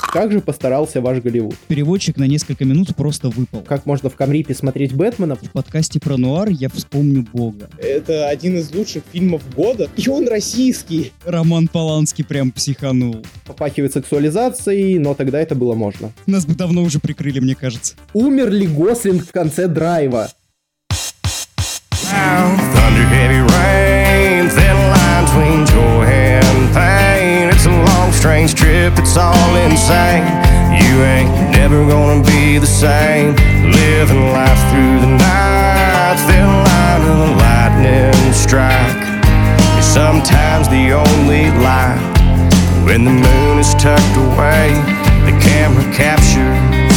Как же постарался ваш Голливуд? Переводчик на несколько минут просто выпал. Как можно в Камрипе смотреть Бэтмена? В подкасте про нуар я вспомню Бога. Это один из лучших фильмов года, и он российский. Роман Поланский прям психанул. Попахивает сексуализацией, но тогда это было можно. Нас бы давно уже прикрыли, мне кажется. Умер ли Гослинг в конце Драйва? Thunder, heavy rain, thin line between joy and pain. It's a long, strange trip, it's all insane. You ain't never gonna be the same. Living life through the night, thin line of the lightning strike. It's sometimes the only light. When the moon is tucked away, the camera captures.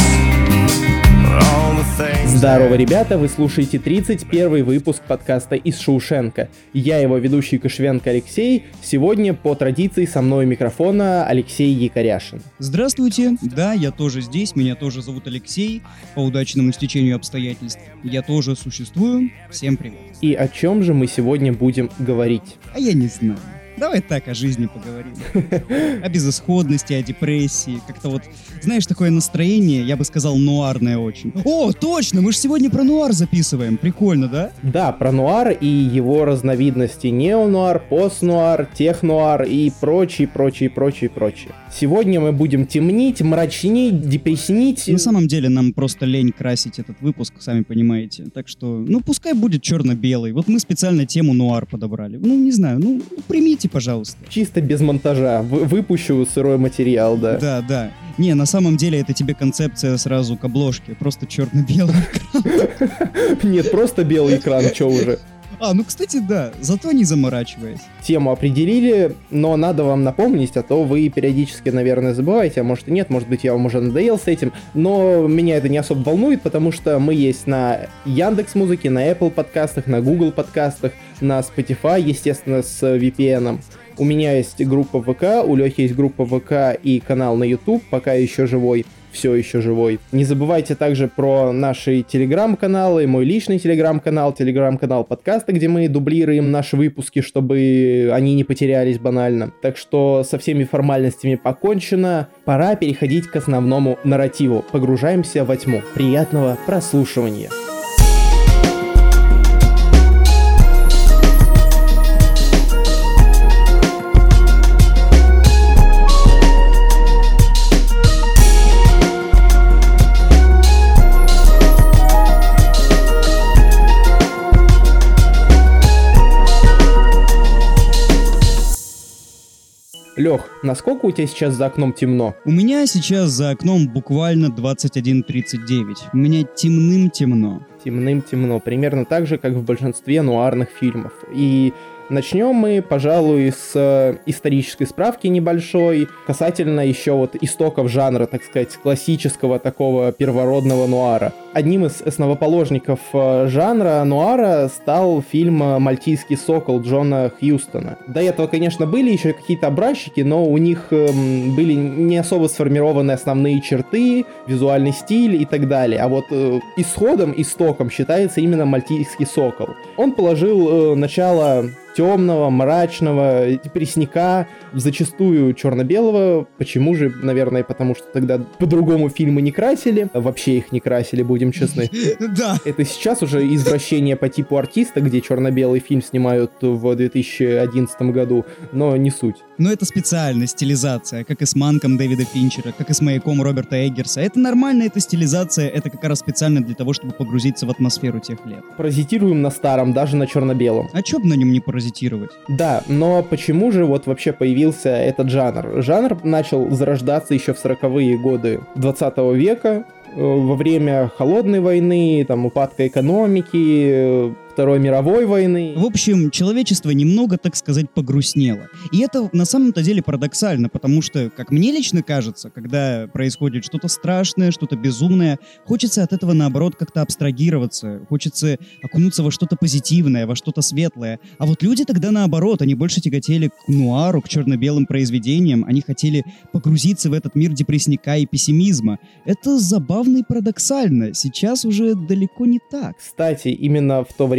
Здорово, ребята, вы слушаете 31 выпуск подкаста «Из Шоушенка». Я его ведущий Кошевенко Алексей. Сегодня по традиции со мной у микрофона Алексей Якоряшин. Здравствуйте, да, я тоже здесь, меня тоже зовут Алексей, по удачному стечению обстоятельств. Я тоже существую, всем привет. И о чем же мы сегодня будем говорить? А я не знаю. Давай так о жизни поговорим. О безысходности, о депрессии. Как-то вот, знаешь, такое настроение, я бы сказал, нуарное очень. О, точно, мы же сегодня про нуар записываем. Прикольно, да? Да, про нуар и его разновидности. Неонуар, постнуар, технуар и прочее. Сегодня мы будем темнить, мрачнить, депресснить. На самом деле нам просто лень красить этот выпуск, сами понимаете. Так что, пускай будет черно-белый. Вот мы специально тему нуар подобрали. Не знаю, примите, пожалуйста. Чисто без монтажа. Выпущу сырой материал, да. Да. Не, на самом деле это тебе концепция сразу к обложке. Просто черно-белый экран. Нет, просто белый экран, чё уже. Кстати, да, зато не заморачиваясь. Тему определили, но надо вам напомнить, а то вы периодически, наверное, забываете, а может и нет, может быть, я вам уже надоел с этим, но меня это не особо волнует, потому что мы есть на Яндекс.Музыке, на Apple подкастах, на Google подкастах, на Spotify, естественно, с VPN-ом. У меня есть группа ВК, у Лёхи есть группа ВК и канал на YouTube, пока еще живой. Все еще живой. Не забывайте также про наши телеграм-каналы, мой личный телеграм-канал подкаста, где мы дублируем наши выпуски, чтобы они не потерялись банально. Так что со всеми формальностями покончено. Пора переходить к основному нарративу. Погружаемся во тьму. Приятного прослушивания. Лёх, насколько у тебя сейчас за окном темно? У меня сейчас за окном буквально 21:39. У меня темным-темно. Темным-темно. Примерно так же, как в большинстве нуарных фильмов. И начнем мы, пожалуй, с исторической справки небольшой, касательно еще вот истоков жанра, так сказать, классического такого первородного нуара. Одним из основоположников жанра нуара стал фильм «Мальтийский сокол» Джона Хьюстона. До этого, конечно, были еще какие-то образчики, но у них были не особо сформированы основные черты, визуальный стиль и так далее. А вот истоком считается именно «Мальтийский сокол». Он положил начало темного, мрачного, депрессника, зачастую черно-белого. Почему же? Наверное, потому что тогда по-другому фильмы не красили. Вообще их не красили, будем честны. Да. Это сейчас уже извращение по типу артиста, где черно-белый фильм снимают в 2011 году, но не суть. Но это специальная стилизация, как и с «Манком» Дэвида Финчера, как и с «Маяком» Роберта Эггерса. Это нормально, это стилизация, это как раз специально для того, чтобы погрузиться в атмосферу тех лет. Паразитируем на старом, даже на черно-белом. А чё бы на нем не паразитировать? Да, но почему же вот вообще появился этот жанр? Жанр начал зарождаться еще в 40-е годы 20 века, во время Холодной войны, там, упадка экономики, Второй мировой войны. В общем, человечество немного, так сказать, погрустнело. И это на самом-то деле парадоксально, потому что, как мне лично кажется, когда происходит что-то страшное, что-то безумное, хочется от этого, наоборот, как-то абстрагироваться, хочется окунуться во что-то позитивное, во что-то светлое. А вот люди тогда, наоборот, они больше тяготели к нуару, к черно-белым произведениям, они хотели погрузиться в этот мир депрессника и пессимизма. Это забавно и парадоксально. Сейчас уже далеко не так. Кстати, именно в то время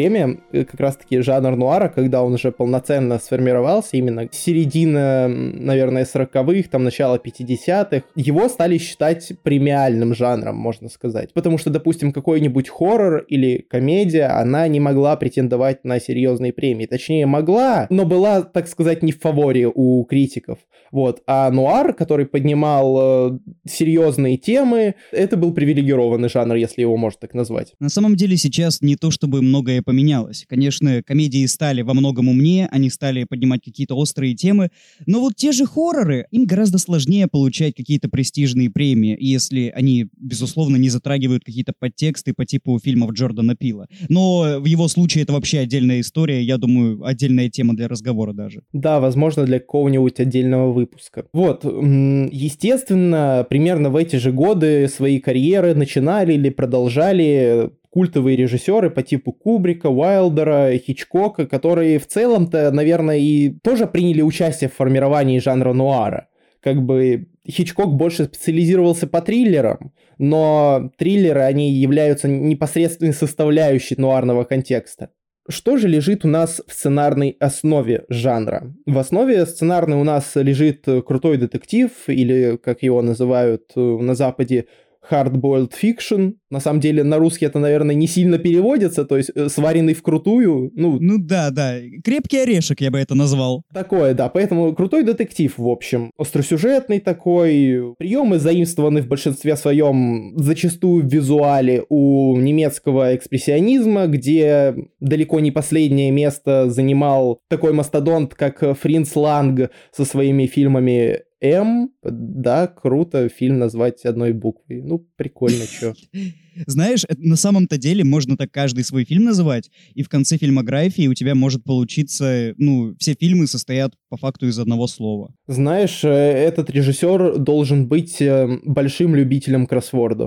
время как раз-таки жанр нуара, когда он уже полноценно сформировался, именно середина, наверное, 40-х, там, начало 50-х, его стали считать премиальным жанром, можно сказать. Потому что, допустим, какой-нибудь хоррор или комедия, она не могла претендовать на серьезные премии. Точнее, могла, но была, так сказать, не в фаворе у критиков. Вот. А нуар, который поднимал серьезные темы, это был привилегированный жанр, если его можно так назвать. На самом деле сейчас не то чтобы многое поменялось. Конечно, комедии стали во многом умнее, они стали поднимать какие-то острые темы, но вот те же хорроры, им гораздо сложнее получать какие-то престижные премии, если они, безусловно, не затрагивают какие-то подтексты по типу фильмов Джордана Пила. Но в его случае это вообще отдельная история, я думаю, отдельная тема для разговора даже. Да, возможно, для какого-нибудь отдельного выпуска. Вот, естественно, примерно в эти же годы свои карьеры начинали или продолжали культовые режиссеры по типу Кубрика, Уайлдера, Хичкока, которые в целом-то, наверное, и тоже приняли участие в формировании жанра нуара. Как бы Хичкок больше специализировался по триллерам, но триллеры, они являются непосредственной составляющей нуарного контекста. Что же лежит у нас в сценарной основе жанра? В основе сценарной у нас лежит крутой детектив, или, как его называют на Западе, hard-boiled fiction. На самом деле, на русский это, наверное, не сильно переводится, то есть сваренный вкрутую. Ну да, крепкий орешек я бы это назвал. Такое, да, поэтому крутой детектив, в общем. Остросюжетный такой. Приемы заимствованы в большинстве своем зачастую в визуале у немецкого экспрессионизма, где далеко не последнее место занимал такой мастодонт, как Фринц Ланг со своими фильмами М. Да, круто фильм назвать одной буквой. Ну, прикольно, чё. Знаешь, на самом-то деле можно так каждый свой фильм называть, и в конце фильмографии у тебя может получиться, все фильмы состоят по факту из одного слова. Знаешь, этот режиссер должен быть большим любителем кроссвордов.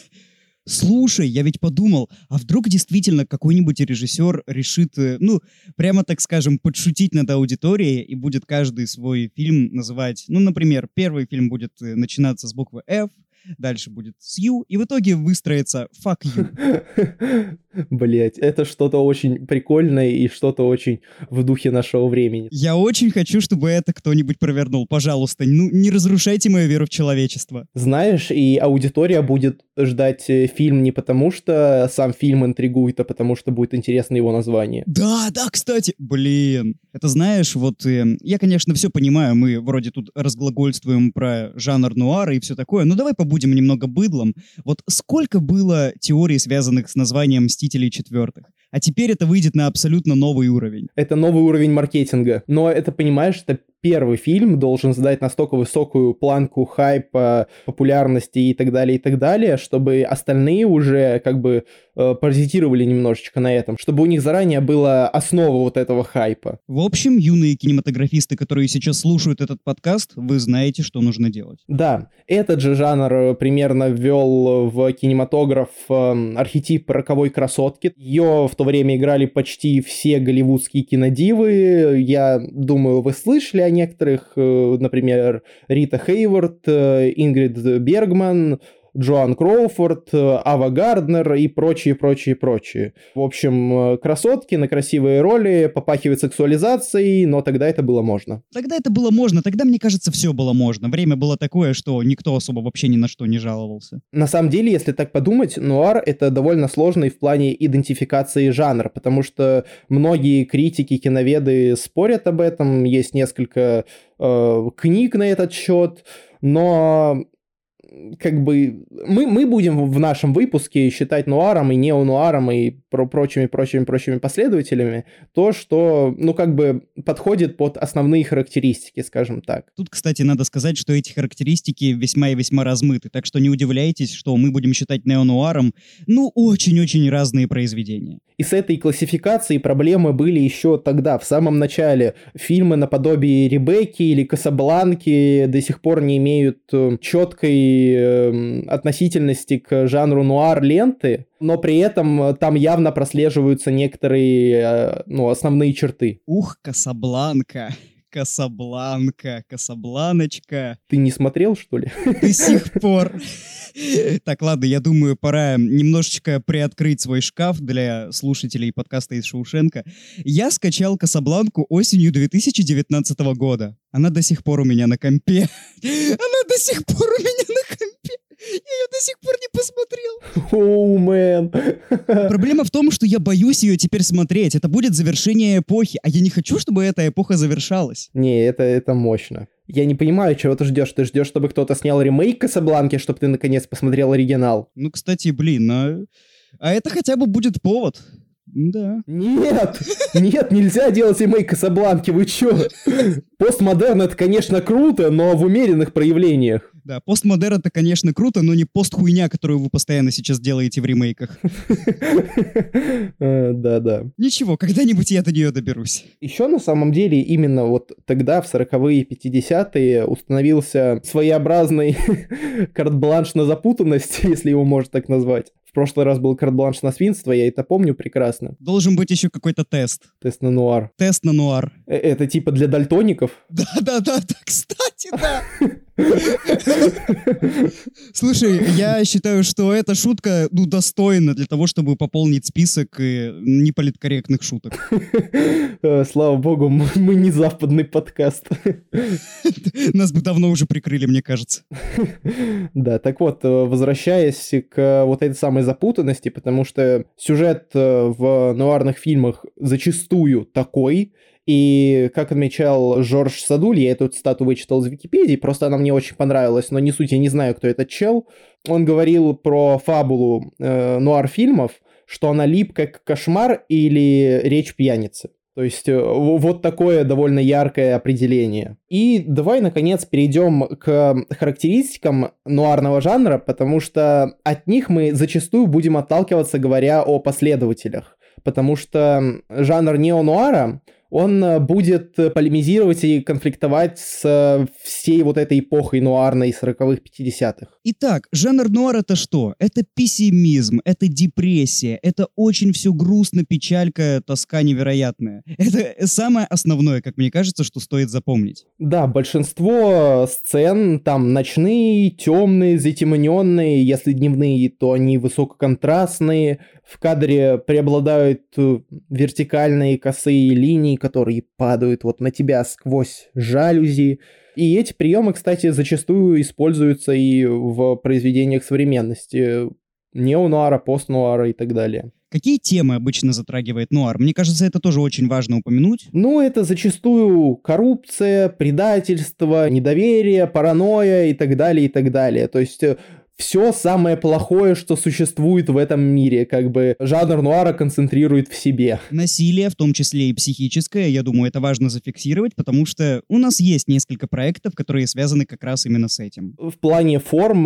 Слушай, я ведь подумал, а вдруг действительно какой-нибудь режиссер решит, прямо так скажем, подшутить над аудиторией и будет каждый свой фильм называть, например, первый фильм будет начинаться с буквы F, дальше будет с U, и в итоге выстроится fuck you. Блять, это что-то очень прикольное и что-то очень в духе нашего времени. Я очень хочу, чтобы это кто-нибудь провернул. Пожалуйста, не разрушайте мою веру в человечество. Знаешь, и аудитория будет ждать фильм не потому, что сам фильм интригует, а потому что будет интересно его название. Да, кстати. Блин. Это знаешь, вот я, конечно, все понимаю, мы вроде тут разглагольствуем про жанр нуара и все такое, но давай побудем немного быдлом. Вот сколько было теорий, связанных с названием «Мстителей четвертых», а теперь это выйдет на абсолютно новый уровень. Это новый уровень маркетинга. Но это, понимаешь, это первый фильм должен задать настолько высокую планку хайпа, популярности и так далее, чтобы остальные уже как бы паразитировали немножечко на этом, чтобы у них заранее была основа вот этого хайпа. В общем, юные кинематографисты, которые сейчас слушают этот подкаст, вы знаете, что нужно делать. Да, этот же жанр примерно ввел в кинематограф архетип роковой красотки. Ее в то время играли почти все голливудские кинодивы. Я думаю, вы слышали о некоторых, например, Рита Хейворд, Ингрид Бергман, Джоан Кроуфорд, Ава Гарднер и прочие. В общем, красотки на красивые роли, попахивает сексуализацией, но тогда это было можно. Тогда, мне кажется, все было можно. Время было такое, что никто особо вообще ни на что не жаловался. На самом деле, если так подумать, нуар — это довольно сложный в плане идентификации жанра, потому что многие критики, киноведы спорят об этом, есть несколько книг на этот счет, но как бы мы будем в нашем выпуске считать нуаром и неонуаром и прочими последователями то, что, как бы подходит под основные характеристики, скажем так. Тут, кстати, надо сказать, что эти характеристики весьма и весьма размыты, так что не удивляйтесь, что мы будем считать неонуаром, очень-очень разные произведения. И с этой классификацией проблемы были еще тогда, в самом начале. Фильмы наподобие «Ребекки» или «Касабланки» до сих пор не имеют четкой относительности к жанру нуар-ленты, но при этом там явно прослеживаются некоторые основные черты. Касабланка, Касабланочка. Ты не смотрел, что ли? До сих пор. Так, ладно, я думаю, пора немножечко приоткрыть свой шкаф для слушателей подкаста из Шоушенка. Я скачал «Касабланку» осенью 2019 года. Она до сих пор у меня на компе. Она до сих пор у меня на компе. Я ее до сих пор не посмотрел. Оу, мэн. Проблема в том, что я боюсь ее теперь смотреть. Это будет завершение эпохи, а я не хочу, чтобы эта эпоха завершалась. Не, это мощно. Я не понимаю, чего ты ждешь. Ты ждешь, чтобы кто-то снял ремейк «Касабланки», чтобы ты наконец посмотрел оригинал? Ну, кстати, блин, а это хотя бы будет повод. Да. Нет, нельзя делать ремейк «Касабланки», вы чё? Постмодерн — это, конечно, круто, но в умеренных проявлениях. Да, постмодерн — это, конечно, круто, но не постхуйня, которую вы постоянно сейчас делаете в ремейках. Да. Ничего, когда-нибудь я до нее доберусь. Еще на самом деле именно вот тогда, в 40-е и 50-е, установился своеобразный карт-бланш на запутанность, если его можно так назвать. В прошлый раз был карт-бланш на свинство, я это помню прекрасно. Должен быть еще какой-то тест. Тест на нуар. Тест на нуар. Это типа для дальтоников? Да, кстати, да. Слушай, я считаю, что эта шутка, достойна для того, чтобы пополнить список неполиткорректных шуток. Слава богу, мы не западный подкаст. Нас бы давно уже прикрыли, мне кажется. Да, так вот, возвращаясь к вот этой самой запутанности, потому что сюжет в нуарных фильмах зачастую такой, и, как отмечал Жорж Садуль, я эту цитату вычитал из Википедии, просто она мне очень понравилась, но не суть, я не знаю, кто этот чел. Он говорил про фабулу нуар-фильмов, что она липкая как кошмар или речь пьяницы. То есть вот такое довольно яркое определение. И давай, наконец, перейдем к характеристикам нуарного жанра, потому что от них мы зачастую будем отталкиваться, говоря о последователях. Потому что жанр неонуара, он будет полемизировать и конфликтовать с всей вот этой эпохой нуарной 40-х, 50-х. Итак, жанр нуар — это что? Это пессимизм, это депрессия, это очень все грустно, печалька, тоска невероятная. Это самое основное, как мне кажется, что стоит запомнить. Да, большинство сцен там ночные, темные, затемненные, если дневные, то они высококонтрастные, в кадре преобладают вертикальные косые линии, которые падают вот на тебя сквозь жалюзи. И эти приемы, кстати, зачастую используются и в произведениях современности. Неонуара, постнуара и так далее. Какие темы обычно затрагивает нуар? Мне кажется, это тоже очень важно упомянуть. Ну, это зачастую коррупция, предательство, недоверие, паранойя и так далее, и так далее. То есть все самое плохое, что существует в этом мире, как бы жанр нуара концентрирует в себе. Насилие, в том числе и психическое, я думаю, это важно зафиксировать, потому что у нас есть несколько проектов, которые связаны как раз именно с этим. В плане форм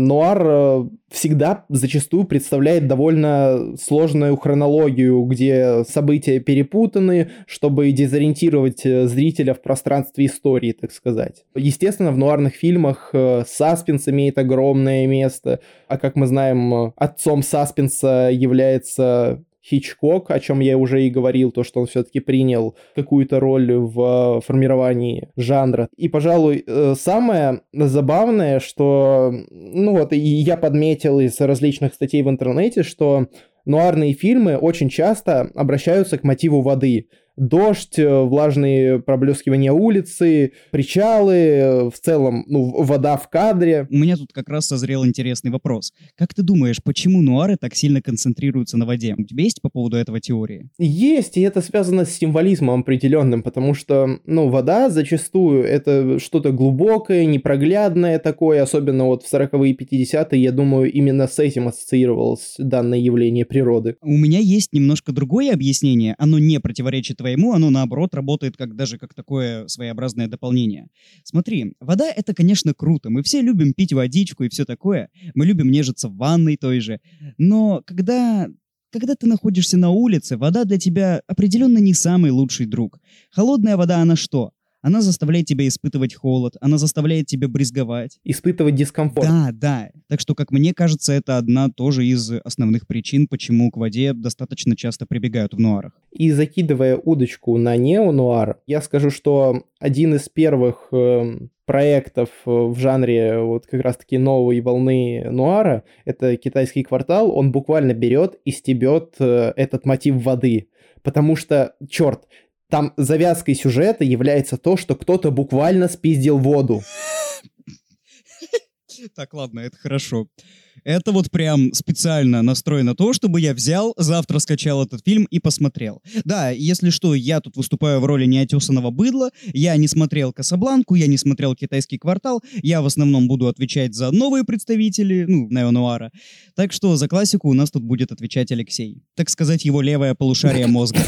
нуар всегда зачастую представляет довольно сложную хронологию, где события перепутаны, чтобы дезориентировать зрителя в пространстве истории, так сказать. Естественно, в нуарных фильмах саспенс имеет огромное место, а как мы знаем, отцом саспенса является Хичкок, о чем я уже и говорил, то, что он все-таки принял какую-то роль в формировании жанра. И, пожалуй, самое забавное, что, и я подметил из различных статей в интернете, что нуарные фильмы очень часто обращаются к мотиву воды. Дождь, влажные проблескивания улицы, причалы, в целом, вода в кадре. У меня тут как раз созрел интересный вопрос. Как ты думаешь, почему нуары так сильно концентрируются на воде? У тебя есть по поводу этого теории? Есть, и это связано с символизмом определенным, потому что, вода зачастую это что-то глубокое, непроглядное такое, особенно вот в 40-е и 50-е, я думаю, именно с этим ассоциировалось данное явление природы. У меня есть немножко другое объяснение, оно не противоречит твоему, оно наоборот работает как такое своеобразное дополнение. Смотри, вода — это, конечно, круто, мы все любим пить водичку и все такое, мы любим нежиться в ванной той же, но когда ты находишься на улице, вода для тебя определенно не самый лучший друг. Холодная вода, она что? Она заставляет тебя испытывать холод, она заставляет тебя брезговать. Испытывать дискомфорт. Да. Так что, как мне кажется, это одна тоже из основных причин, почему к воде достаточно часто прибегают в нуарах. И закидывая удочку на неонуар, я скажу, что один из первых проектов в жанре вот как раз-таки новой волны нуара, это «Китайский квартал», он буквально берет и стебет этот мотив воды. Потому что, черт, там завязкой сюжета является то, что кто-то буквально спиздил воду. Так, ладно, это хорошо. Это вот прям специально настроено на то, чтобы я взял, завтра скачал этот фильм и посмотрел. Да, если что, я тут выступаю в роли неотесанного быдла, я не смотрел «Касабланку», я не смотрел «Китайский квартал», я в основном буду отвечать за новые представители, неонуара. Так что за классику у нас тут будет отвечать Алексей. Так сказать, его левое полушарие мозга.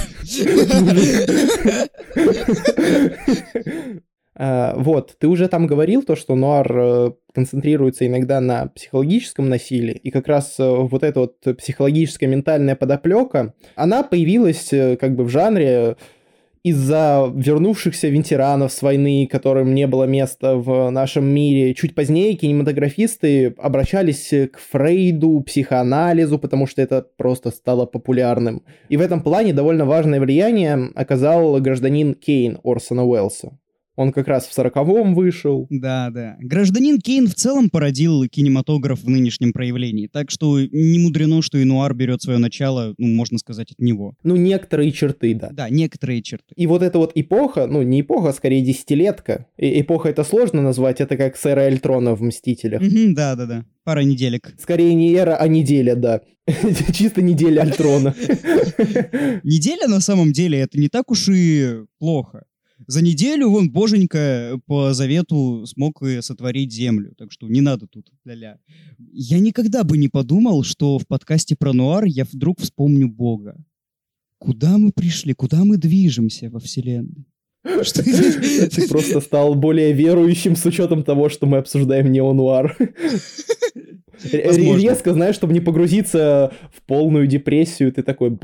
Вот, ты уже там говорил то, что нуар концентрируется иногда на психологическом насилии, и как раз вот эта вот психологическая ментальная подоплека, она появилась как бы в жанре из-за вернувшихся ветеранов с войны, которым не было места в нашем мире. Чуть позднее кинематографисты обращались к Фрейду, психоанализу, потому что это просто стало популярным. И в этом плане довольно важное влияние оказал гражданин Кейн Орсона Уэллса. Он как раз в 40-м вышел. Да. Гражданин Кейн в целом породил кинематограф в нынешнем проявлении, так что не мудрено, что и нуар берет свое начало, можно сказать, от него. Некоторые черты, да. Да, некоторые черты. И вот эта вот эпоха, не эпоха, а скорее десятилетка. Эпоха это сложно назвать, это как с эры Альтрона в «Мстителях». Да. Пара неделек. Скорее не эра, а неделя, да. Чисто неделя Альтрона. Неделя на самом деле это не так уж и плохо. За неделю вон боженька по завету смог сотворить землю, так что не надо тут ля-ля. Я никогда бы не подумал, что в подкасте про нуар я вдруг вспомню Бога. Куда мы пришли, куда мы движемся во вселенной? Ты просто стал более верующим с учетом того, что мы обсуждаем неонуар. Резко, знаешь, чтобы не погрузиться в полную депрессию, ты такой,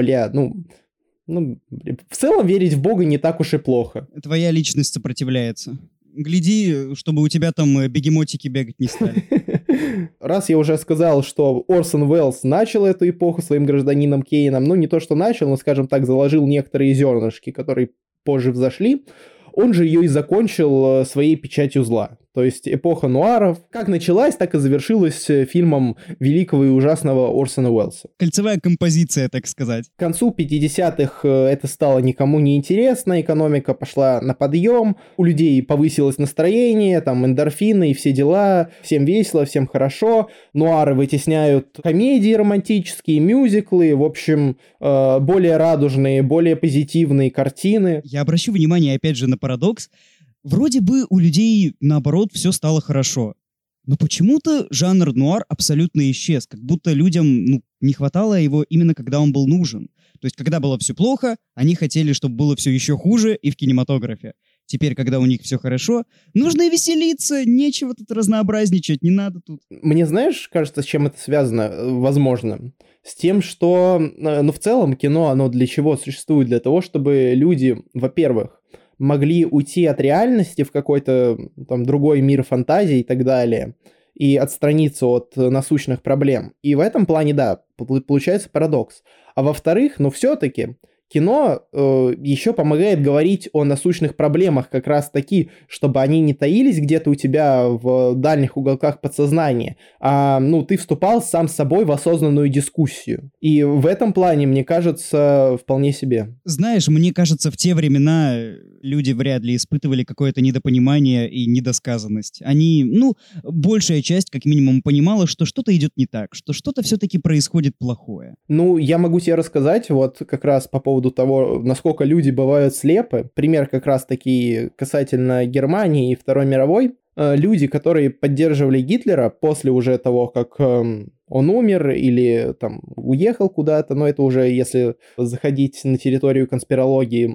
в целом верить в Бога не так уж и плохо. Твоя личность сопротивляется. Гляди, чтобы у тебя там бегемотики бегать не стали. Раз я уже сказал, что Орсон Уэллс начал эту эпоху своим гражданином Кейном, не то что начал, но, скажем так, заложил некоторые зернышки, которые позже взошли, он же ее и закончил своей печатью зла. То есть эпоха нуаров как началась, так и завершилась фильмом великого и ужасного Орсона Уэллса. Кольцевая композиция, так сказать. К концу 50-х это стало никому не интересно, экономика пошла на подъем, у людей повысилось настроение, там эндорфины и все дела, всем весело, всем хорошо, нуары вытесняют комедии романтические, мюзиклы, в общем, более радужные, более позитивные картины. Я обращу внимание, опять же, на парадокс. Вроде бы у людей, наоборот, все стало хорошо. Но почему-то жанр нуар абсолютно исчез, как будто людям не хватало его именно когда он был нужен. То есть, когда было все плохо, они хотели, чтобы было все еще хуже и в кинематографе. Теперь, когда у них все хорошо, нужно веселиться, нечего тут разнообразничать, не надо тут. Мне, знаешь, кажется, с чем это связано, возможно? С тем, что, в целом кино, оно для чего существует? Для того, чтобы люди, во-первых, могли уйти от реальности в какой-то там другой мир фантазии и так далее, и отстраниться от насущных проблем. И в этом плане, да, получается парадокс. А во-вторых, все-таки кино еще помогает говорить о насущных проблемах как раз таки, чтобы они не таились где-то у тебя в дальних уголках подсознания, а ты вступал сам с собой в осознанную дискуссию. И в этом плане, мне кажется, вполне себе. Знаешь, мне кажется, в те времена люди вряд ли испытывали какое-то недопонимание и недосказанность. Они, большая часть, как минимум, понимала, что что-то идет не так, что что-то все-таки происходит плохое. Я могу тебе рассказать вот как раз по поводу того, насколько люди бывают слепы. Пример как раз-таки касательно Германии и Второй мировой. Люди, которые поддерживали Гитлера после уже того, как он умер или там уехал куда-то, но это уже если заходить на территорию конспирологии,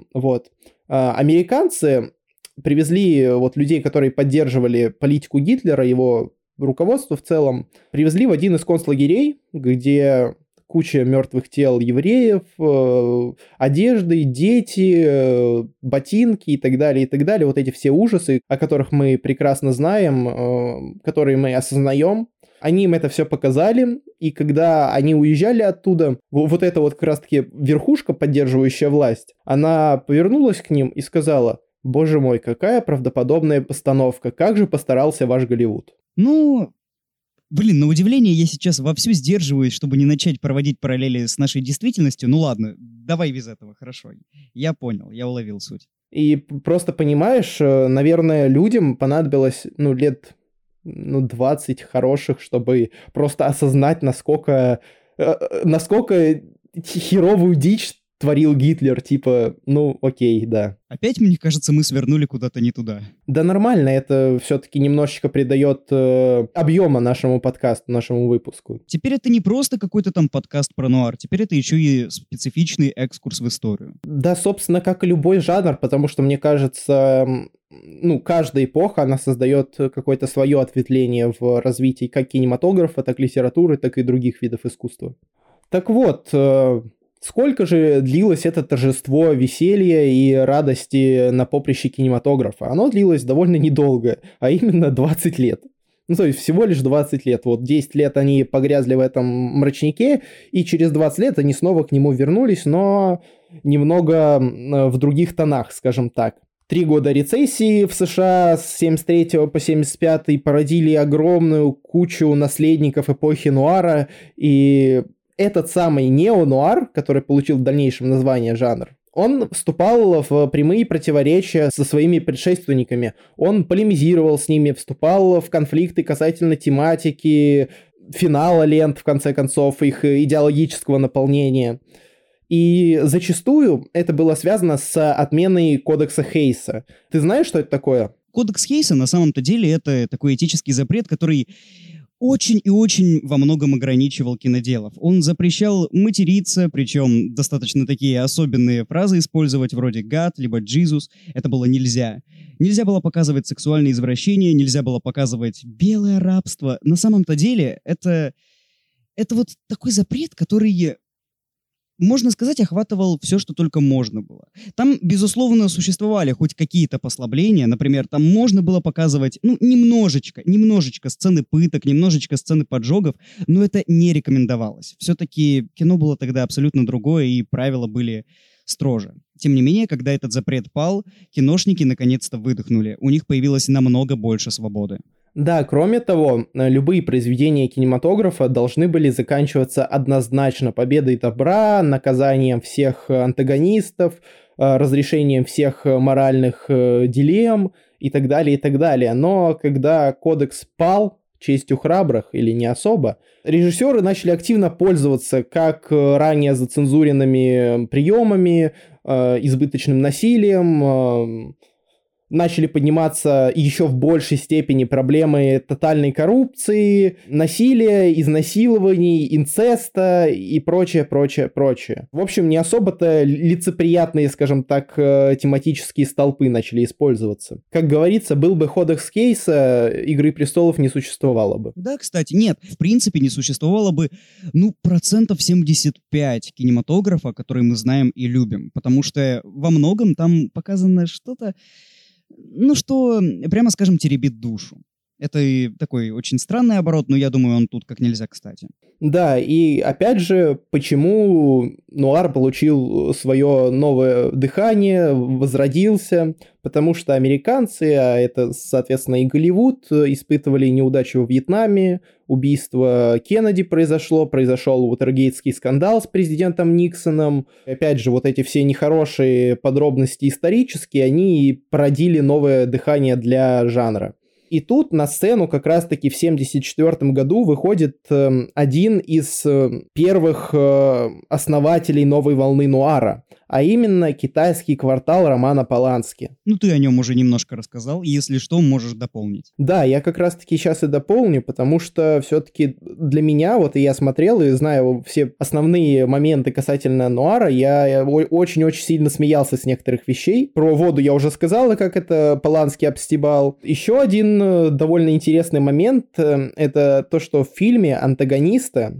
американцы привезли людей, которые поддерживали политику Гитлера, его руководство в целом, привезли в один из концлагерей, где куча мертвых тел евреев, одежды, дети, ботинки и так далее, и так далее. Вот эти все ужасы, о которых мы прекрасно знаем, которые мы осознаем. Они им это все показали, и когда они уезжали оттуда, вот эта вот как раз-таки верхушка, поддерживающая власть, она повернулась к ним и сказала: «Боже мой, какая правдоподобная постановка, как же постарался ваш Голливуд». Ну, блин, на удивление я сейчас вовсю сдерживаюсь, чтобы не начать проводить параллели с нашей действительностью. Ну ладно, давай без этого, хорошо. Я понял, я уловил суть. И просто понимаешь, наверное, людям понадобилось, лет 20 хороших, чтобы просто осознать, насколько херовую дичь творил Гитлер, типа, окей, да. Опять, мне кажется, мы свернули куда-то не туда. Да нормально, это все-таки немножечко придает объема нашему подкасту, нашему выпуску. Теперь это не просто какой-то там подкаст про нуар, теперь это еще и специфичный экскурс в историю. Да, собственно, как и любой жанр, потому что, мне кажется, каждая эпоха, она создает какое-то свое ответвление в развитии как кинематографа, так и литературы, так и других видов искусства. Так вот, сколько же длилось это торжество веселья и радости на поприще кинематографа? Оно длилось довольно недолго, а именно 20 лет. То есть всего лишь 20 лет. Вот 10 лет они погрязли в этом мрачнике, и через 20 лет они снова к нему вернулись, но немного в других тонах, скажем так. 3 года рецессии в США с 73 по 75 породили огромную кучу наследников эпохи нуара, и этот самый неонуар, который получил в дальнейшем название жанр, он вступал в прямые противоречия со своими предшественниками. Он полемизировал с ними, вступал в конфликты касательно тематики, финала лент, в конце концов, их идеологического наполнения. И зачастую это было связано с отменой кодекса Хейса. Ты знаешь, что это такое? Кодекс Хейса на самом-то деле это такой этический запрет, который очень и очень во многом ограничивал киноделов. Он запрещал материться, причем достаточно такие особенные фразы использовать, вроде «God», либо «Jesus». Это было нельзя. Нельзя было показывать сексуальные извращения, нельзя было показывать белое рабство. На самом-то деле это вот такой запрет, который, можно сказать, охватывал все, что только можно было. Там, безусловно, существовали хоть какие-то послабления. Например, там можно было показывать, немножечко сцены пыток, немножечко сцены поджогов, но это не рекомендовалось. Все-таки кино было тогда абсолютно другое, и правила были строже. Тем не менее, когда этот запрет пал, киношники наконец-то выдохнули. У них появилось намного больше свободы. Да, кроме того, любые произведения кинематографа должны были заканчиваться однозначно победой добра, наказанием всех антагонистов, разрешением всех моральных дилемм и так далее, и так далее. Но когда кодекс пал честью храбрых или не особо, режиссеры начали активно пользоваться как ранее зацензуренными приемами, избыточным насилием, начали подниматься еще в большей степени проблемы тотальной коррупции, насилия, изнасилований, инцеста и прочее. В общем, не особо-то лицеприятные, скажем так, тематические столпы начали использоваться. Как говорится, был бы кодекс Хейса, «Игры престолов» не существовало бы. Да, кстати, нет, в принципе не существовало бы, 75% кинематографа, который мы знаем и любим, потому что во многом там показано что-то, что, прямо скажем, теребит душу. Это и такой очень странный оборот, но я думаю, он тут как нельзя кстати. Да, и опять же, почему нуар получил свое новое дыхание, возродился? Потому что американцы, а это, соответственно, и Голливуд, испытывали неудачу во Вьетнаме, убийство Кеннеди прошел Уотергейтский скандал с президентом Никсоном. Опять же, вот эти все нехорошие подробности исторические, они породили новое дыхание для жанра. И тут на сцену как раз-таки в 1974 году выходит один из первых основателей новой волны нуара, а именно «Китайский квартал» Романа Полански. Ты о нем уже немножко рассказал, и если что, можешь дополнить. Да, я как раз-таки сейчас и дополню, потому что все-таки для меня, и я смотрел и знаю все основные моменты касательно нуара, я очень-очень сильно смеялся с некоторых вещей. Про воду я уже сказал, как это Полански обстебал. Еще один довольно интересный момент — это то, что в фильме антагониста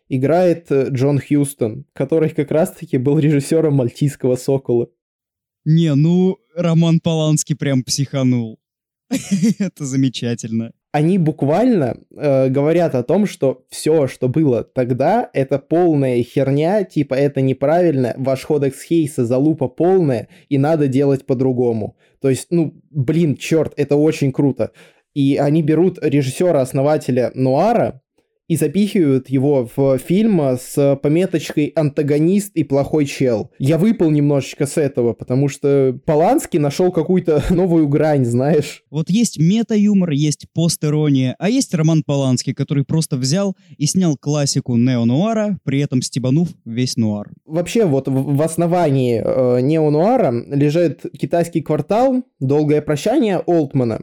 играет Джон Хьюстон, который как раз-таки был режиссером «Мальтийского сокола». Не, ну, Роман Поланский прям психанул. Это замечательно. Они буквально говорят о том, что все, что было тогда, это полная херня, типа это неправильно, ваш кодекс Хейса залупа полная, и надо делать по-другому. То есть, черт, это очень круто. И они берут режиссера-основателя нуара и запихивают его в фильм с пометочкой «Антагонист и плохой чел». Я выпал немножечко с этого, потому что Поланский нашел какую-то новую грань, знаешь. Вот есть мета-юмор, есть пост-ирония, а есть Роман Поланский, который просто взял и снял классику неонуара, при этом стебанув весь нуар. Вообще вот в основании неонуара лежит «Китайский квартал», «Долгое прощание» Олтмана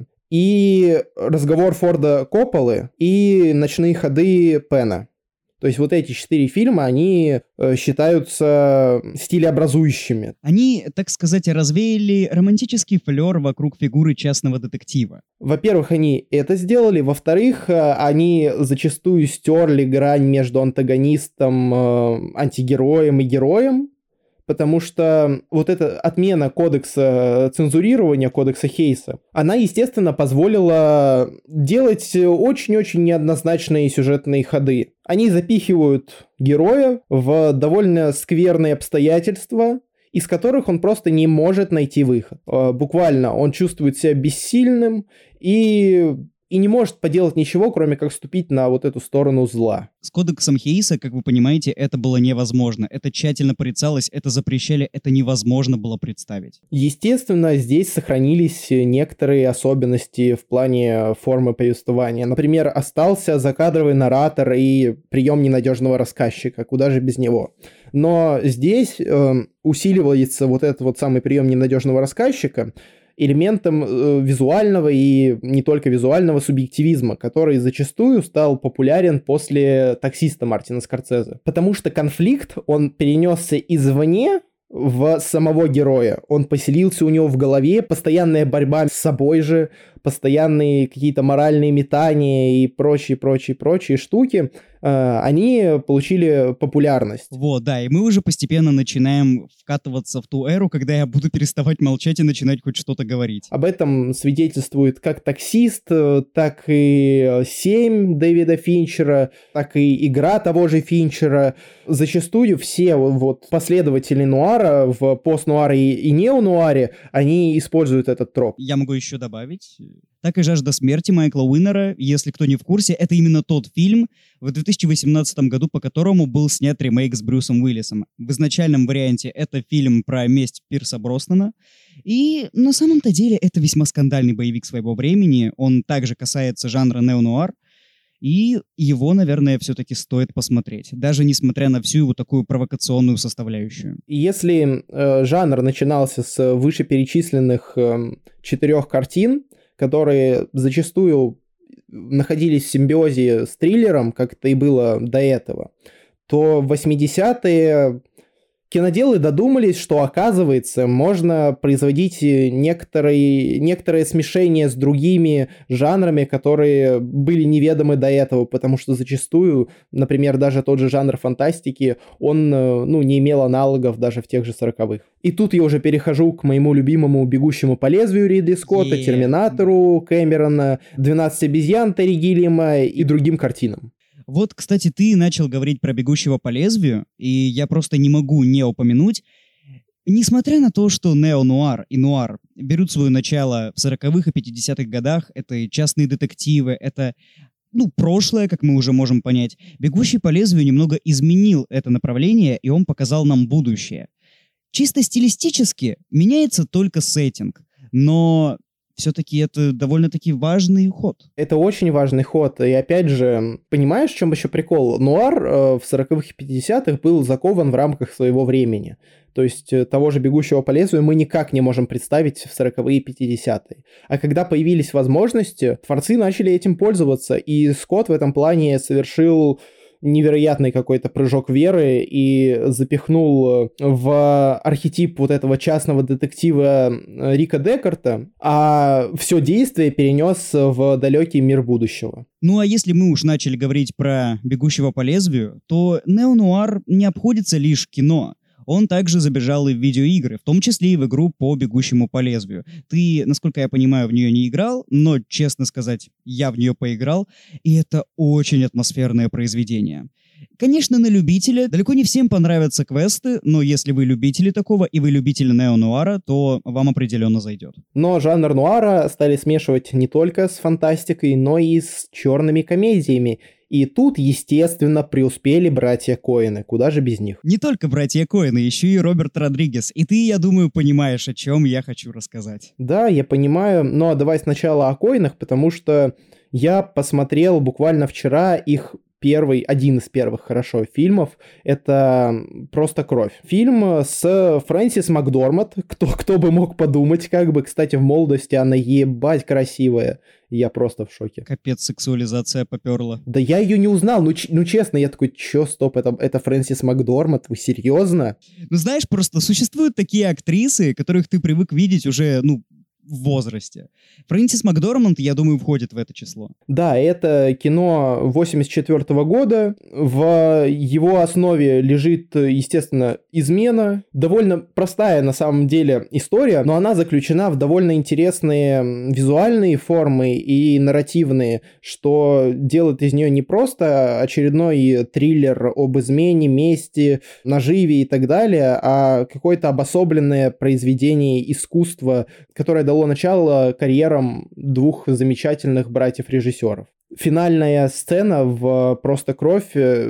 и «Разговор Форда Копполы» и «Ночные ходы» Пена. То есть вот эти 4 фильма, они считаются стилеобразующими. Они, так сказать, развеяли романтический флёр вокруг фигуры частного детектива. Во-первых, они это сделали. Во-вторых, они зачастую стерли грань между антагонистом, антигероем и героем. Потому что вот эта отмена кодекса цензурирования, кодекса Хейса, она, естественно, позволила делать очень-очень неоднозначные сюжетные ходы. Они запихивают героя в довольно скверные обстоятельства, из которых он просто не может найти выход. Буквально он чувствует себя бессильным и не может поделать ничего, кроме как вступить на вот эту сторону зла. С кодексом Хейса, как вы понимаете, это было невозможно. Это тщательно порицалось, это запрещали, это невозможно было представить. Естественно, здесь сохранились некоторые особенности в плане формы повествования. Например, остался закадровый наратор и прием ненадежного рассказчика, куда же без него. Но здесь усиливается вот этот вот самый прием ненадежного рассказчика элементом визуального и не только визуального субъективизма, который зачастую стал популярен после «Таксиста» Мартина Скорсезе. Потому что конфликт, он перенесся извне в самого героя. Он поселился у него в голове, постоянная борьба с собой же, постоянные какие-то моральные метания и прочие штуки, они получили популярность. Вот, да, и мы уже постепенно начинаем вкатываться в ту эру, когда я буду переставать молчать и начинать хоть что-то говорить. Об этом свидетельствует как «Таксист», так и «7» Дэвида Финчера, так и «Игра» того же Финчера. Зачастую все вот последователи нуара в постнуаре и неонуаре, они используют этот троп. Я могу еще добавить... Так и «Жажда смерти» Майкла Уиннера, если кто не в курсе, это именно тот фильм в 2018 году, по которому был снят ремейк с Брюсом Уиллисом. В изначальном варианте это фильм про месть Пирса Броснана, и на самом-то деле это весьма скандальный боевик своего времени, он также касается жанра неонуар, и его, наверное, все-таки стоит посмотреть, даже несмотря на всю его такую провокационную составляющую. Если жанр начинался с вышеперечисленных 4 картин, которые зачастую находились в симбиозе с триллером, как это и было до этого, то в 80-е киноделы додумались, что, оказывается, можно производить некоторое смешение с другими жанрами, которые были неведомы до этого, потому что зачастую, например, даже тот же жанр фантастики, он не имел аналогов даже в тех же 40-х. И тут я уже перехожу к моему любимому «Бегущему по лезвию» Ридли Скотта, «Терминатору» Кэмерона, «12 обезьян» Терри Гиллиама и другим картинам. Вот, кстати, ты начал говорить про «Бегущего по лезвию», и я просто не могу не упомянуть, несмотря на то, что неонуар и нуар берут свое начало в 40-х и 50-х годах, это и частные детективы, это, прошлое, как мы уже можем понять, «Бегущий по лезвию» немного изменил это направление, и он показал нам будущее. Чисто стилистически меняется только сеттинг, но... Все-таки это довольно-таки важный ход. Это очень важный ход. И опять же, понимаешь, в чем еще прикол? Нуар в 40-х и 50-х был закован в рамках своего времени. То есть того же «Бегущего по лезвию» мы никак не можем представить в 40-е и 50-е. А когда появились возможности, творцы начали этим пользоваться. И Скотт в этом плане совершил невероятный какой-то прыжок веры и запихнул в архетип вот этого частного детектива Рика Декарта, а все действие перенес в далекий мир будущего. Ну а если мы уж начали говорить про «Бегущего по лезвию», то неонуар не обходится лишь кино. Он также забежал и в видеоигры, в том числе и в игру по «Бегущему по лезвию». Ты, насколько я понимаю, в нее не играл, но, честно сказать, я в нее поиграл, и это очень атмосферное произведение. Конечно, на любителя. Далеко не всем понравятся квесты, но если вы любители такого и вы любители неонуара, то вам определенно зайдет. Но жанр нуара стали смешивать не только с фантастикой, но и с черными комедиями. И тут, естественно, преуспели братья Коэны. Куда же без них? Не только братья Коэны, еще и Роберт Родригес. И ты, я думаю, понимаешь, о чем я хочу рассказать. Да, я понимаю, но давай сначала о Коэнах, потому что я посмотрел буквально вчера их один из первых, хорошо, фильмов, это «Просто кровь». Фильм с Фрэнсис Макдормат, кто бы мог подумать, как бы, кстати, в молодости она ебать красивая, я просто в шоке. Капец, сексуализация поперла. Да я ее не узнал, ну честно, я такой, чё, стоп, это Фрэнсис Макдормат, вы серьезно? Ну знаешь, просто существуют такие актрисы, которых ты привык видеть уже, в возрасте. Фрэнсис Макдорманд, я думаю, входит в это число. Да, это кино 1984 года. В его основе лежит, естественно, измена. Довольно простая, на самом деле, история, но она заключена в довольно интересные визуальные формы и нарративные, что делает из нее не просто очередной триллер об измене, мести, наживе и так далее, а какое-то обособленное произведение искусства, которое дало начало карьерам двух замечательных братьев-режиссеров. Финальная сцена в «Просто кровь»,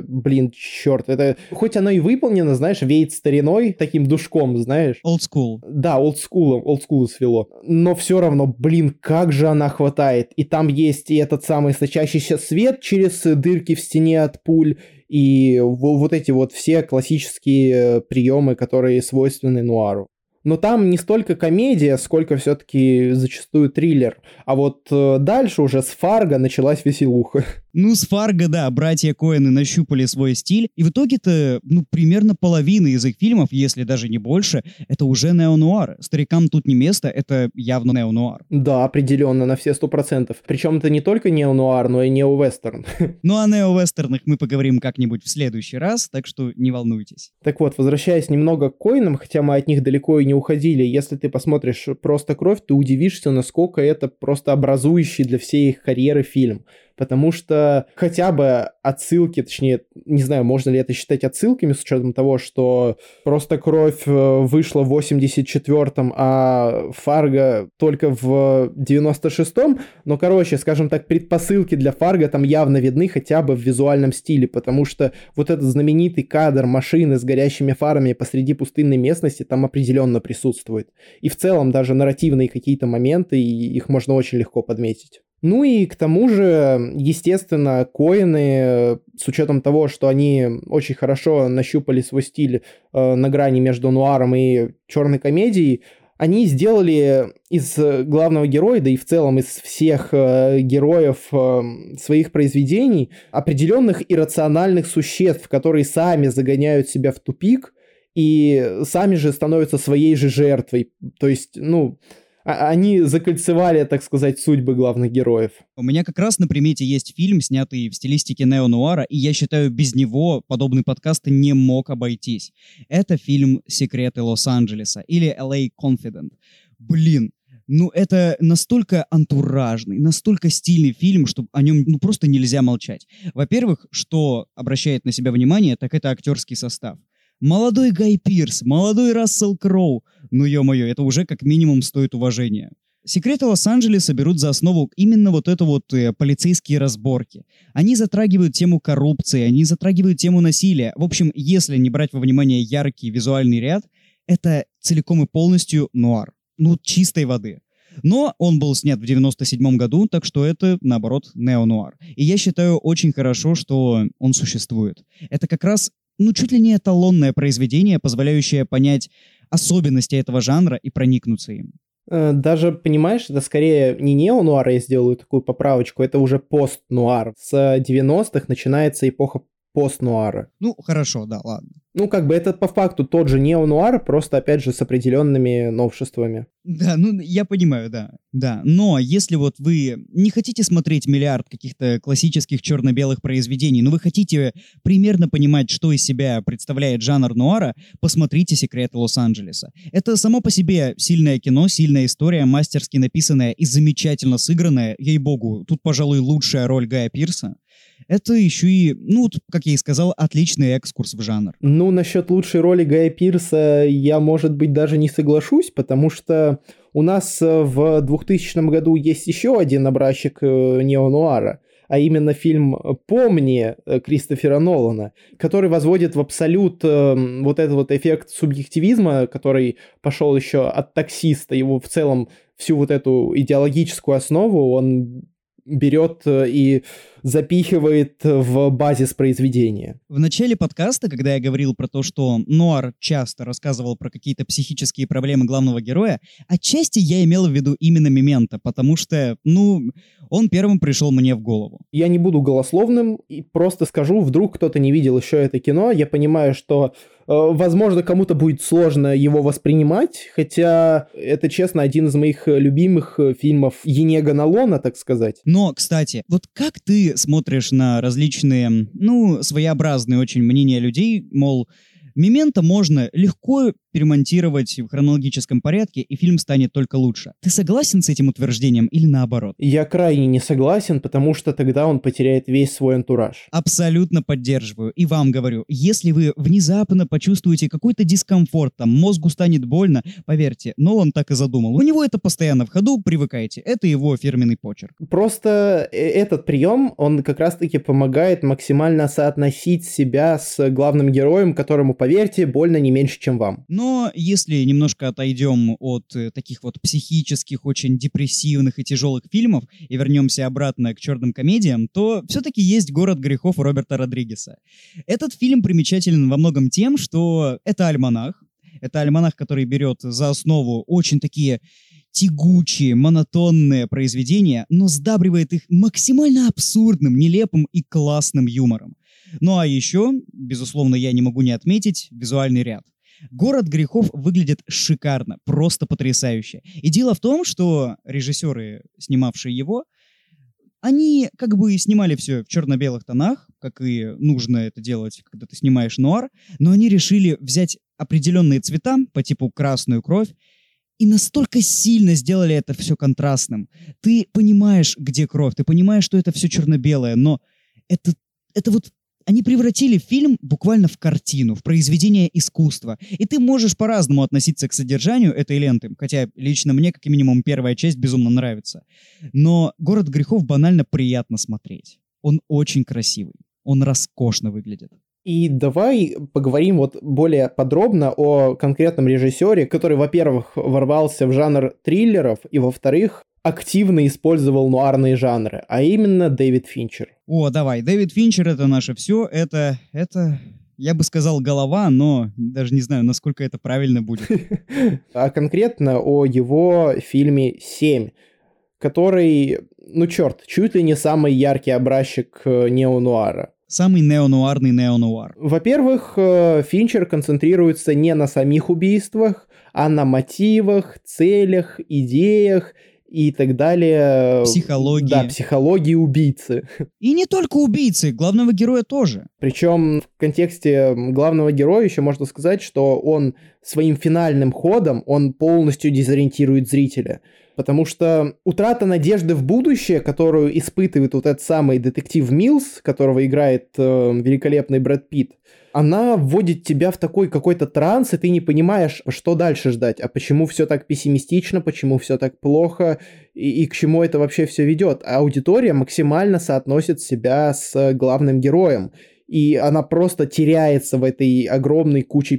черт, это... Хоть оно и выполнено, знаешь, веет стариной, таким душком, знаешь. Old school. Да, олдскул свело. Но все равно, как же она хватает. И там есть и этот самый сочащийся свет через дырки в стене от пуль, и вот эти вот все классические приемы, которые свойственны нуару. Но там не столько комедия, сколько все-таки зачастую триллер. А вот дальше уже с «Фарго» началась веселуха. С «Фарго», да, братья Коэны нащупали свой стиль, и в итоге-то, примерно половина из их фильмов, если даже не больше, это уже неонуар. Старикам тут не место, это явно неонуар. Да, определенно, на все 100%. Причем это не только неонуар, но и неовестерн. Ну, о неовестернах мы поговорим как-нибудь в следующий раз, так что не волнуйтесь. Так вот, возвращаясь немного к Коэнам, хотя мы от них далеко и не уходили, если ты посмотришь «Просто кровь», ты удивишься, насколько это просто образующий для всей их карьеры фильм. Потому что хотя бы отсылки, точнее, не знаю, можно ли это считать отсылками, с учетом того, что «Просто кровь» вышла в 84-м, а «Фарго» только в 96-м, но, скажем так, предпосылки для «Фарго» там явно видны хотя бы в визуальном стиле, потому что вот этот знаменитый кадр машины с горящими фарами посреди пустынной местности там определенно присутствует. И в целом даже нарративные какие-то моменты, и их можно очень легко подметить. Ну и к тому же, естественно, Коэны, с учетом того, что они очень хорошо нащупали свой стиль на грани между нуаром и черной комедией, они сделали из главного героя, да и в целом из всех героев своих произведений определенных иррациональных существ, которые сами загоняют себя в тупик и сами же становятся своей же жертвой. То есть, они закольцевали, так сказать, судьбы главных героев. У меня как раз на примете есть фильм, снятый в стилистике неонуара, и я считаю, без него подобный подкаст не мог обойтись. Это фильм «Секреты Лос-Анджелеса» или LA Confident. Это настолько антуражный, настолько стильный фильм, что о нем просто нельзя молчать. Во-первых, что обращает на себя внимание, так это актерский состав. Молодой Гай Пирс, молодой Рассел Кроу. Ё-моё, это уже как минимум стоит уважения. «Секреты Лос-Анджелеса» берут за основу именно полицейские разборки. Они затрагивают тему коррупции, они затрагивают тему насилия. В общем, если не брать во внимание яркий визуальный ряд, это целиком и полностью нуар. Чистой воды. Но он был снят в 97 году, так что это, наоборот, неонуар. И я считаю очень хорошо, что он существует. Это как раз чуть ли не эталонное произведение, позволяющее понять особенности этого жанра и проникнуться им. Даже, понимаешь, это скорее не неонуар, я сделаю такую поправочку, это уже пост-нуар. С 90-х начинается эпоха пост-нуара. Ну, хорошо, да, ладно. Ну, как бы это по факту тот же неонуар, просто, опять же, с определенными новшествами. Да, ну, я понимаю, да. Да, но если вот вы не хотите смотреть миллиард каких-то классических черно-белых произведений, но вы хотите примерно понимать, что из себя представляет жанр нуара, посмотрите «Секреты Лос-Анджелеса». Это само по себе сильное кино, сильная история, мастерски написанная и замечательно сыгранная. Ей-богу, тут, пожалуй, лучшая роль Гая Пирса. Это еще и, ну, как я и сказал, отличный экскурс в жанр. Ну, насчет лучшей роли Гая Пирса я, может быть, даже не соглашусь, потому что у нас в 2000 году есть еще один образчик неонуара, а именно фильм «Помни» Кристофера Нолана, который возводит в абсолют вот этот вот эффект субъективизма, который пошел еще от «Таксиста», его в целом всю вот эту идеологическую основу он берет и запихивает в базис произведения. В начале подкаста, когда я говорил про то, что нуар часто рассказывал про какие-то психические проблемы главного героя, отчасти я имел в виду именно «Мементо», потому что, ну, он первым пришел мне в голову. Я не буду голословным и просто скажу, вдруг кто-то не видел еще это кино, я понимаю, что возможно, кому-то будет сложно его воспринимать, хотя это, честно, один из моих любимых фильмов Енега Нолана, так сказать. Но, кстати, вот как ты смотришь на различные, ну, своеобразные очень мнения людей, мол, «Мементо» можно легко перемонтировать в хронологическом порядке, и фильм станет только лучше. Ты согласен с этим утверждением или наоборот? Я крайне не согласен, потому что тогда он потеряет весь свой антураж. Абсолютно поддерживаю. И вам говорю, если вы внезапно почувствуете какой-то дискомфорт, там, мозгу станет больно, поверьте, Нолан так и задумал. У него это постоянно в ходу, привыкайте. Это его фирменный почерк. Просто этот прием, он как раз-таки помогает максимально соотносить себя с главным героем, которому, поверьте, больно не меньше, чем вам. Но если немножко отойдем от таких вот психических, очень депрессивных и тяжелых фильмов и вернемся обратно к черным комедиям, то все-таки есть «Город грехов» у Роберта Родригеса. Этот фильм примечателен во многом тем, что это альманах. Это альманах, который берет за основу очень такие тягучие, монотонные произведения, но сдабривает их максимально абсурдным, нелепым и классным юмором. Ну а еще, безусловно, я не могу не отметить визуальный ряд. «Город грехов» выглядит шикарно, просто потрясающе. И дело в том, что режиссеры, снимавшие его, они как бы снимали все в черно-белых тонах, как и нужно это делать, когда ты снимаешь нуар, но они решили взять определенные цвета по типу красную кровь и настолько сильно сделали это все контрастным. Ты понимаешь, где кровь, ты понимаешь, что это все черно-белое, но это вот они превратили фильм буквально в картину, в произведение искусства. И ты можешь по-разному относиться к содержанию этой ленты, хотя лично мне, как минимум, первая часть безумно нравится. Но «Город грехов» банально приятно смотреть. Он очень красивый, он роскошно выглядит. И давай поговорим вот более подробно о конкретном режиссере, который, во-первых, ворвался в жанр триллеров, и, во-вторых, активно использовал нуарные жанры, а именно Дэвид Финчер. О, давай, Дэвид Финчер — это наше все, это, я бы сказал, голова, но даже не знаю, насколько это правильно будет. А конкретно о его фильме «7», который, ну черт, чуть ли не самый яркий образчик неонуара. Самый неонуарный неонуар. Во-первых, Финчер концентрируется не на самих убийствах, а на мотивах, целях, идеях и так далее. Психологии. Да, психологии убийцы. И не только убийцы, главного героя тоже. Причем в контексте главного героя еще можно сказать, что он своим финальным ходом, он полностью дезориентирует зрителя. Потому что утрата надежды в будущее, которую испытывает вот этот самый детектив Милс, которого играет великолепный Брэд Питт, она вводит тебя в такой какой-то транс, и ты не понимаешь, что дальше ждать, а почему все так пессимистично, почему все так плохо, и к чему это вообще все ведет. А аудитория максимально соотносит себя с главным героем, и она просто теряется в этой огромной куче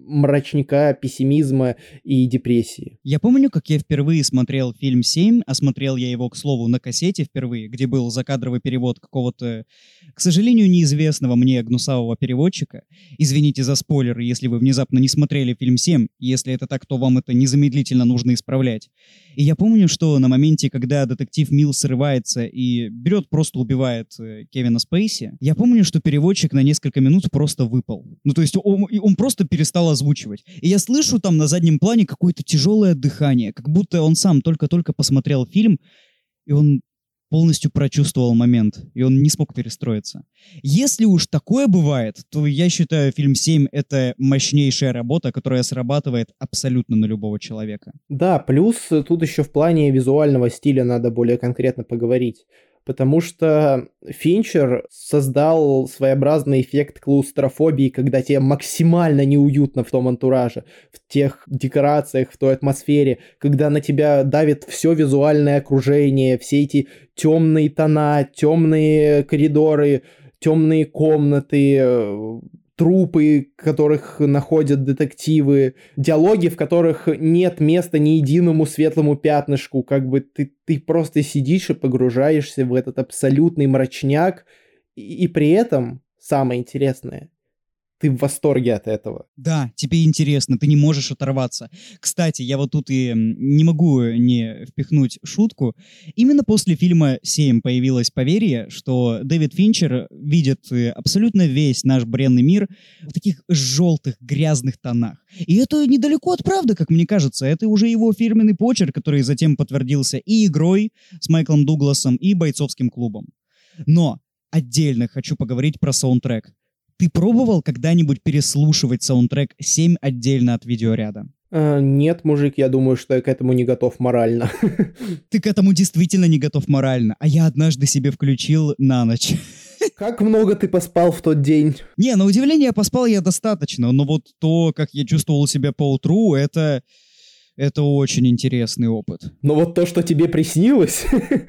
мрачняка, пессимизма и депрессии. Я помню, как я впервые смотрел фильм «7», а смотрел я его, к слову, на кассете впервые, где был закадровый перевод какого-то, к сожалению, неизвестного мне гнусавого переводчика. Извините за спойлеры, если вы внезапно не смотрели фильм «7», если это так, то вам это незамедлительно нужно исправлять. И я помню, что на моменте, когда детектив Милл срывается и берет, просто убивает Кевина Спейси, я помню, что переводчик на несколько минут просто выпал. Ну, то есть он просто перестал озвучивать. И я слышу там на заднем плане какое-то тяжелое дыхание, как будто он сам только-только посмотрел фильм, и он полностью прочувствовал момент, и он не смог перестроиться. Если уж такое бывает, то я считаю, фильм «7» — это мощнейшая работа, которая срабатывает абсолютно на любого человека. Да, плюс тут еще в плане визуального стиля надо более конкретно поговорить. Потому что Финчер создал своеобразный эффект клаустрофобии, когда тебе максимально неуютно в том антураже, в тех декорациях, в той атмосфере, когда на тебя давит все визуальное окружение, все эти темные тона, темные коридоры, темные комнаты, трупы, которых находят детективы, диалоги, в которых нет места ни единому светлому пятнышку, как бы ты просто сидишь и погружаешься в этот абсолютный мрачняк, и при этом, самое интересное, ты в восторге от этого. Да, тебе интересно, ты не можешь оторваться. Кстати, я вот тут и не могу не впихнуть шутку. Именно после фильма «7» появилось поверье, что Дэвид Финчер видит абсолютно весь наш бренный мир в таких желтых, грязных тонах. И это недалеко от правды, как мне кажется. Это уже его фирменный почерк, который затем подтвердился и «Игрой» с Майклом Дугласом, и «Бойцовским клубом». Но отдельно хочу поговорить про саундтрек. Ты пробовал когда-нибудь переслушивать саундтрек 7 отдельно от видеоряда? Нет, мужик, я думаю, что я к этому не готов морально. Ты к этому действительно не готов морально, а я однажды себе включил на ночь. Как много ты поспал в тот день? Не, на удивление, поспал я достаточно, но вот то, как я чувствовал себя поутру, это очень интересный опыт. Но вот то, что тебе приснилось...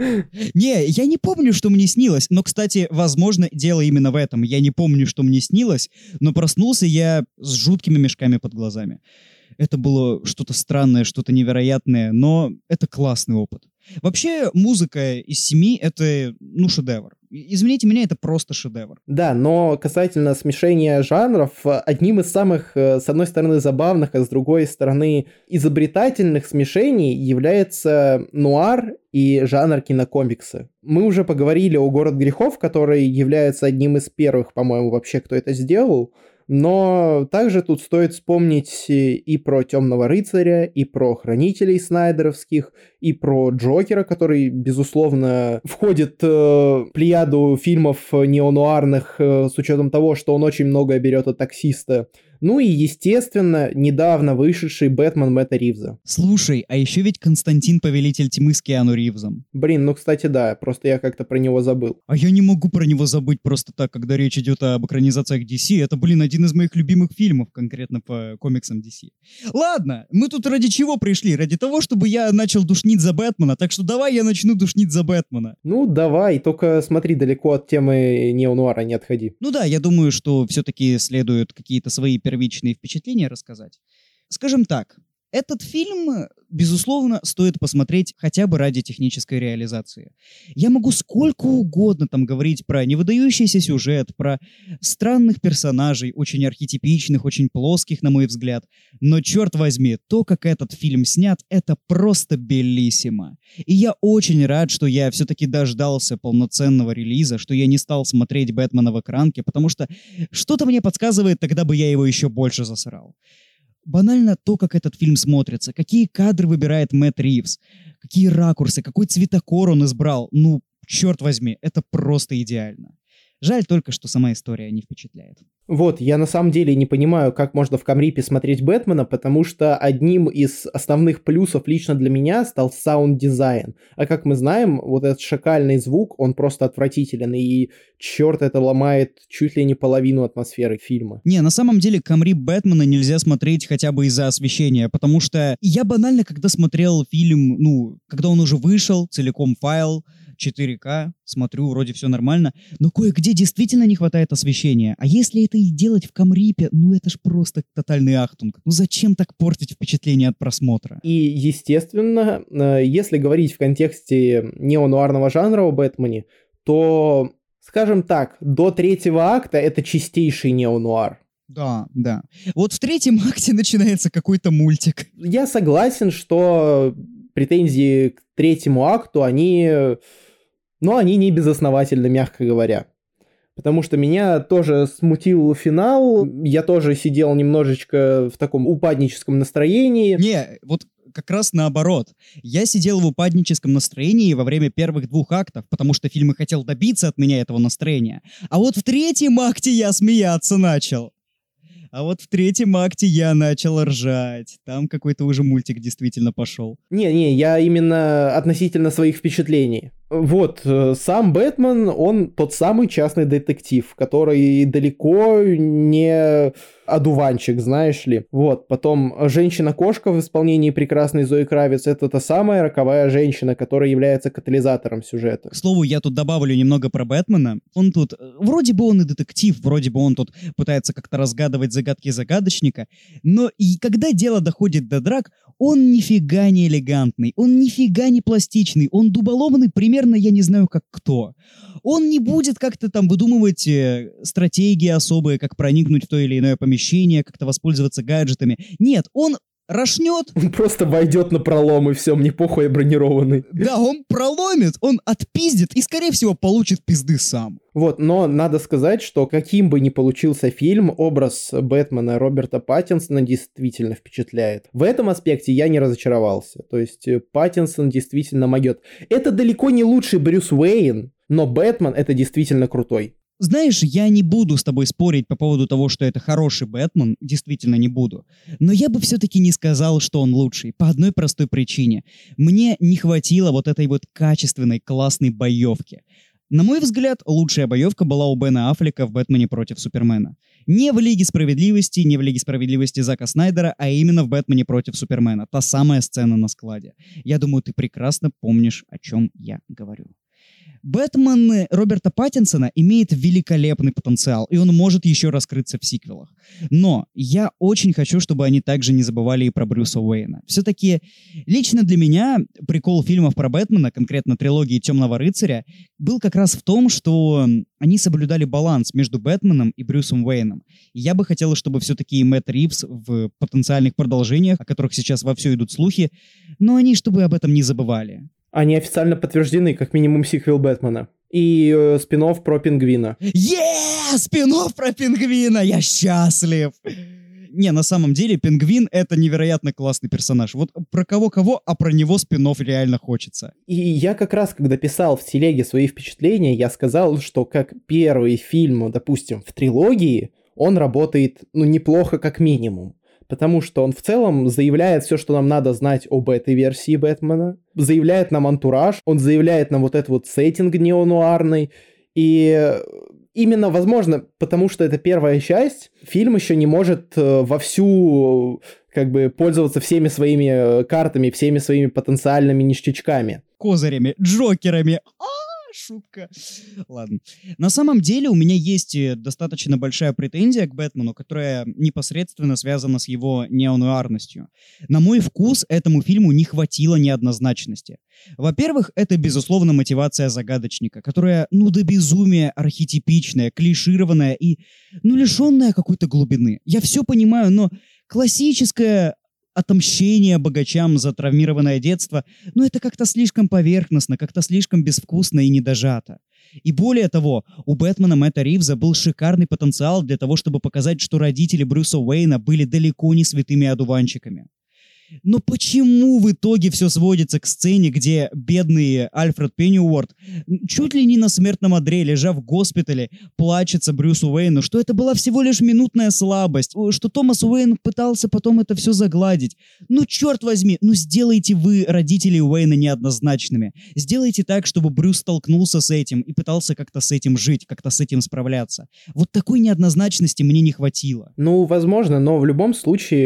Не, я не помню, что мне снилось. Но, кстати, возможно, дело именно в этом. Я не помню, что мне снилось, но проснулся я с жуткими мешками под глазами. Это было что-то странное, что-то невероятное, но это классный опыт. Вообще, музыка из 7 — это, шедевр. Извините меня, это просто шедевр. Да, но касательно смешения жанров, одним из самых, с одной стороны, забавных, а с другой стороны, изобретательных смешений является нуар и жанр кинокомикса. Мы уже поговорили о «Город грехов», который является одним из первых, по-моему, вообще, кто это сделал. Но также тут стоит вспомнить и про «Темного рыцаря», и про «Хранителей» снайдеровских, и про «Джокера», который, безусловно, входит в плеяду фильмов неонуарных с учетом того, что он очень многое берет от «Таксиста». Ну и, естественно, недавно вышедший «Бэтмен» Мэтта Ривза. Слушай, а еще ведь Константин Повелитель Тьмы с Киану Ривзом. Блин, кстати, да, просто я как-то про него забыл. А я не могу про него забыть просто так, когда речь идет об экранизациях DC. Это, один из моих любимых фильмов, конкретно по комиксам DC. Ладно, мы тут ради чего пришли? Ради того, чтобы я начал душнить за Бэтмена, так что давай я начну душнить за Бэтмена. Ну, давай, только смотри, далеко от темы неонуара не отходи. Ну да, я думаю, что все-таки следует какие-то свои первичные впечатления рассказать. Скажем так, этот фильм, безусловно, стоит посмотреть хотя бы ради технической реализации. Я могу сколько угодно там говорить про невыдающийся сюжет, про странных персонажей, очень архетипичных, очень плоских, на мой взгляд. Но, черт возьми, то, как этот фильм снят, это просто белиссимо. И я очень рад, что я все-таки дождался полноценного релиза, что я не стал смотреть «Бэтмена» в экранке, потому что что-то мне подсказывает, тогда бы я его еще больше засрал. Банально то, как этот фильм смотрится, какие кадры выбирает Мэтт Ривз, какие ракурсы, какой цветокор он избрал. Черт возьми, это просто идеально. Жаль только, что сама история не впечатляет. Вот, я на самом деле не понимаю, как можно в Камрипе смотреть Бэтмена, потому что одним из основных плюсов лично для меня стал саунд-дизайн. А как мы знаем, вот этот шакальный звук, он просто отвратителен, и черт, это ломает чуть ли не половину атмосферы фильма. Не, на самом деле Камрип Бэтмена нельзя смотреть хотя бы из-за освещения, потому что я банально, когда смотрел фильм, когда он уже вышел, целиком файл, 4К, смотрю, вроде все нормально, но кое-где действительно не хватает освещения. А если это и делать в камрипе, ну это ж просто тотальный ахтунг. Ну зачем так портить впечатление от просмотра? И, естественно, если говорить в контексте неонуарного жанра о Бэтмене, то, скажем так, до третьего акта это чистейший неонуар. Да, да. Вот в третьем акте начинается какой-то мультик. Я согласен, что претензии к третьему акту, они не безосновательны, мягко говоря. Потому что меня тоже смутил финал, я тоже сидел немножечко в таком упадническом настроении. Не, вот как раз наоборот. Я сидел в упадническом настроении во время первых 2 актов, потому что фильм и хотел добиться от меня этого настроения. А вот в третьем акте я смеяться начал. А вот в третьем акте я начал ржать. Там какой-то уже мультик действительно пошел. Не, я именно относительно своих впечатлений. Вот, сам Бэтмен, он тот самый частный детектив, который далеко не одуванчик, знаешь ли. Вот, потом «Женщина-кошка» в исполнении прекрасной Зои Кравиц — это та самая роковая женщина, которая является катализатором сюжета. К слову, я тут добавлю немного про Бэтмена. Он тут, вроде бы он и детектив, вроде бы он тут пытается как-то разгадывать загадки загадочника, но и когда дело доходит до драк, он нифига не элегантный, он нифига не пластичный, он дуболомный примерно я не знаю как кто. Он не будет как-то там выдумывать стратегии особые, как проникнуть в то или иное помещение, как-то воспользоваться гаджетами. Нет, он рашнет. Он просто войдет на пролом, и все, мне похуй, я бронированный. Да, он проломит, он отпиздит и, скорее всего, получит пизды сам. Вот, но надо сказать, что каким бы ни получился фильм, образ Бэтмена Роберта Паттинсона действительно впечатляет. В этом аспекте я не разочаровался. То есть Паттинсон действительно могет. Это далеко не лучший Брюс Уэйн, но Бэтмен — это действительно крутой. Знаешь, я не буду с тобой спорить по поводу того, что это хороший Бэтмен, действительно не буду. Но я бы все-таки не сказал, что он лучший, по одной простой причине. Мне не хватило вот этой вот качественной, классной боевки. На мой взгляд, лучшая боевка была у Бена Аффлека в «Бэтмене против Супермена». Не в «Лиге справедливости», не в «Лиге справедливости» Зака Снайдера, а именно в «Бэтмене против Супермена». Та самая сцена на складе. Я думаю, ты прекрасно помнишь, о чем я говорю. Бэтмен Роберта Паттинсона имеет великолепный потенциал, и он может еще раскрыться в сиквелах. Но я очень хочу, чтобы они также не забывали и про Брюса Уэйна. Все-таки лично для меня прикол фильмов про Бэтмена, конкретно трилогии «Темного рыцаря», был как раз в том, что они соблюдали баланс между Бэтменом и Брюсом Уэйном. И я бы хотел, чтобы все-таки и Мэтт Ривз в потенциальных продолжениях, о которых сейчас вовсю идут слухи, но они чтобы об этом не забывали. Они официально подтверждены, как минимум, сиквел Бэтмена. И спин-офф про Пингвина. Спин-офф про Пингвина! Я счастлив! Не, на самом деле, Пингвин — это невероятно классный персонаж. Вот про кого-кого, а про него спин-офф реально хочется. И я как раз, когда писал в телеге свои впечатления, я сказал, что как первый фильм, допустим, в трилогии, он работает, неплохо как минимум. Потому что он в целом заявляет все, что нам надо знать об этой версии Бэтмена, заявляет нам антураж, он заявляет нам вот этот вот сеттинг неонуарный, и именно, возможно, потому что это первая часть, фильм еще не может вовсю пользоваться всеми своими картами, всеми своими потенциальными ништячками. Козырями, джокерами. Шутка. Ладно. На самом деле у меня есть достаточно большая претензия к Бэтмену, которая непосредственно связана с его неонуарностью. На мой вкус этому фильму не хватило неоднозначности. Во-первых, это, безусловно, мотивация загадочника, которая, до безумия архетипичная, клишированная и, лишенная какой-то глубины. Я все понимаю, но классическая отомщение богачам за травмированное детство, это как-то слишком поверхностно, как-то слишком безвкусно и недожато. И более того, у Бэтмена Мэтта Ривза был шикарный потенциал для того, чтобы показать, что родители Брюса Уэйна были далеко не святыми одуванчиками. Но почему в итоге все сводится к сцене, где бедный Альфред Пенниуорт чуть ли не на смертном одре, лежа в госпитале, плачется Брюсу Уэйну, что это была всего лишь минутная слабость, что Томас Уэйн пытался потом это все загладить. Черт возьми, сделайте вы родителей Уэйна неоднозначными. Сделайте так, чтобы Брюс столкнулся с этим и пытался как-то с этим жить, как-то с этим справляться. Вот такой неоднозначности мне не хватило. Возможно, но в любом случае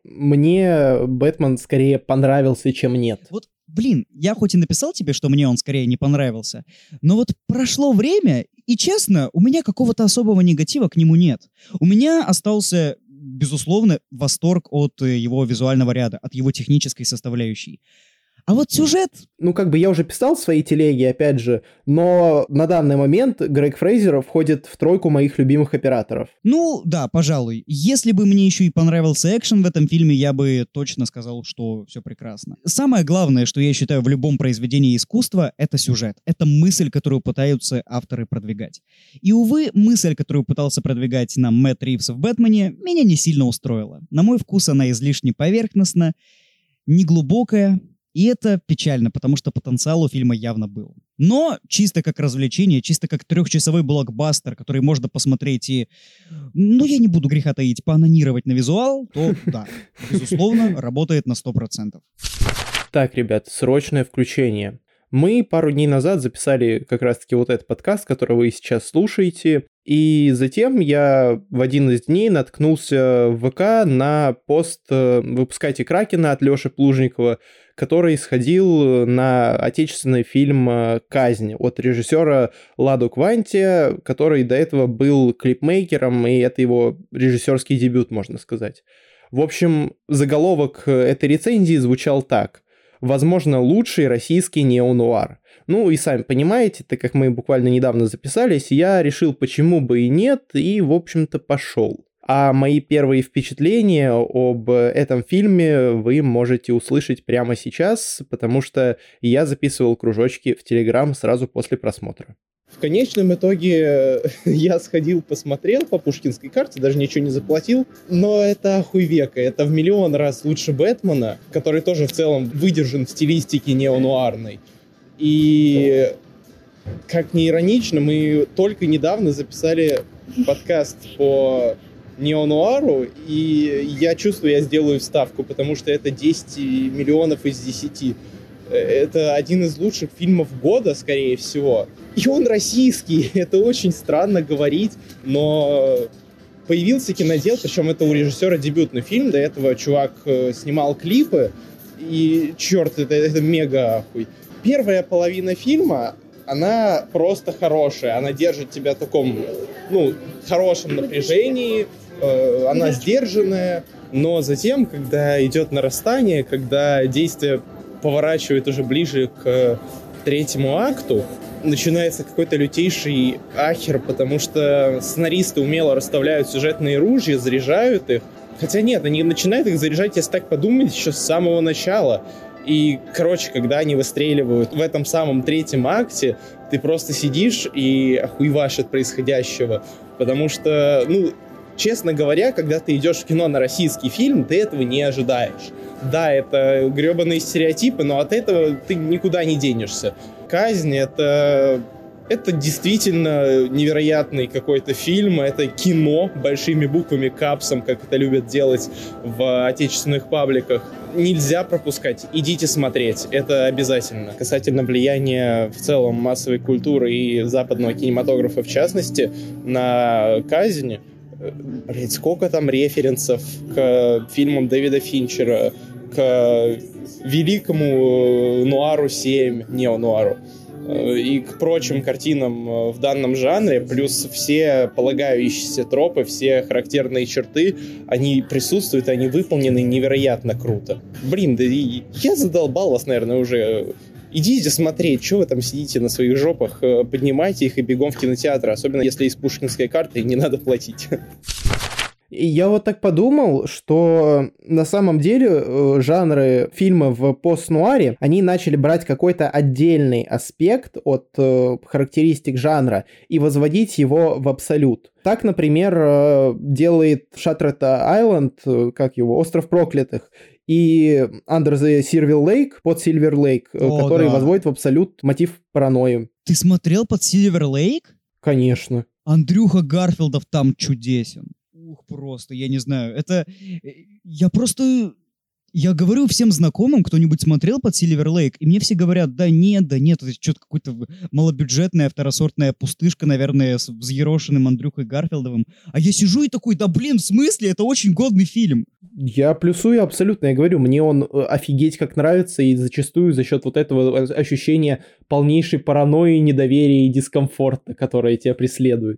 мне Бэтмен скорее понравился, чем нет. Вот, блин, я хоть и написал тебе, что мне он скорее не понравился, но вот прошло время, и честно, у меня какого-то особого негатива к нему нет. У меня остался, безусловно, восторг от его визуального ряда, от его технической составляющей. А вот сюжет... Я уже писал в своей телеге, опять же, но на данный момент Грег Фрейзер входит в тройку моих любимых операторов. Да, пожалуй. Если бы мне еще и понравился экшен в этом фильме, я бы точно сказал, что все прекрасно. Самое главное, что я считаю в любом произведении искусства, это сюжет. Это мысль, которую пытаются авторы продвигать. И, увы, мысль, которую пытался продвигать нам Мэтт Ривз в «Бэтмене», меня не сильно устроила. На мой вкус она излишне поверхностна, неглубокая. И это печально, потому что потенциал у фильма явно был. Но чисто как развлечение, чисто как 3-часовой блокбастер, который можно посмотреть и, я не буду греха таить, поанонировать на визуал, то да, безусловно, работает на 100%. Так, ребят, срочное включение. Мы пару дней назад записали как раз-таки вот этот подкаст, который вы сейчас слушаете, и затем я в один из дней наткнулся в ВК на пост «Выпускайте Кракена» от Лёши Плужникова, который сходил на отечественный фильм «Казнь» от режиссера Ладо Кванти, который до этого был клипмейкером, и это его режиссерский дебют, можно сказать. В общем, заголовок этой рецензии звучал так: «Возможно, лучший российский неонуар». И сами понимаете, так как мы буквально недавно записались, я решил, почему бы и нет, и, в общем-то, пошел. А мои первые впечатления об этом фильме вы можете услышать прямо сейчас, потому что я записывал кружочки в Телеграм сразу после просмотра. В конечном итоге я сходил, посмотрел по пушкинской карте, даже ничего не заплатил, но это охуевека, это в миллион раз лучше Бэтмена, который тоже в целом выдержан в стилистике неонуарной. И, как ни иронично, мы только недавно записали подкаст по неонуару, и я чувствую, я сделаю вставку, потому что это 10 миллионов из 10. Это один из лучших фильмов года, скорее всего. И он российский, это очень странно говорить, но появился кинодел, причем это у режиссера дебютный фильм, до этого чувак снимал клипы, и черт, это мега ахуй. Первая половина фильма, она просто хорошая, она держит тебя в таком, хорошем напряжении, она сдержанная, но затем, когда идет нарастание, когда действие поворачивает уже ближе к третьему акту, начинается какой-то лютейший ахер, потому что сценаристы умело расставляют сюжетные ружья, заряжают их. Хотя нет, они начинают их заряжать, если так подумать, еще с самого начала. И, когда они выстреливают в этом самом третьем акте, ты просто сидишь и охуеваешь от происходящего. Потому что, честно говоря, когда ты идешь в кино на российский фильм, ты этого не ожидаешь. Да, это гребаные стереотипы, но от этого ты никуда не денешься. «Казнь» — это действительно невероятный какой-то фильм, это кино большими буквами, капсом, как это любят делать в отечественных пабликах. Нельзя пропускать, идите смотреть, это обязательно. Касательно влияния в целом массовой культуры и западного кинематографа в частности на «Казнь», сколько там референсов к фильмам Дэвида Финчера, к великому «Нуару 7», неонуару, и к прочим картинам в данном жанре, плюс все полагающиеся тропы, все характерные черты, они присутствуют, они выполнены невероятно круто. Блин, да я задолбал вас, наверное, уже. Идите смотреть, что вы там сидите на своих жопах, поднимайте их и бегом в кинотеатр, особенно если из пушкинской карты, не надо платить. И я вот так подумал, что на самом деле жанры фильмов в постнуаре, они начали брать какой-то отдельный аспект от характеристик жанра и возводить его в абсолют. Так, например, делает Shattered Island, «Остров проклятых», и Under the Silver Lake, под Silver Lake, который возводит в абсолют мотив паранойи. Ты смотрел под Silver Lake? Конечно. Андрюха Гарфилдов там чудесен. Просто, я не знаю, это... Я Я говорю всем знакомым, кто-нибудь смотрел под Silver Lake, и мне все говорят, да нет, это что-то какой-то малобюджетная второсортная пустышка, наверное, с взъерошенным Андрюхой Гарфилдовым. А я сижу и такой, да блин, в смысле? Это очень годный фильм. Я плюсую абсолютно, я говорю, мне он офигеть как нравится, и зачастую за счет вот этого ощущения полнейшей паранойи, недоверия и дискомфорта, которое тебя преследует.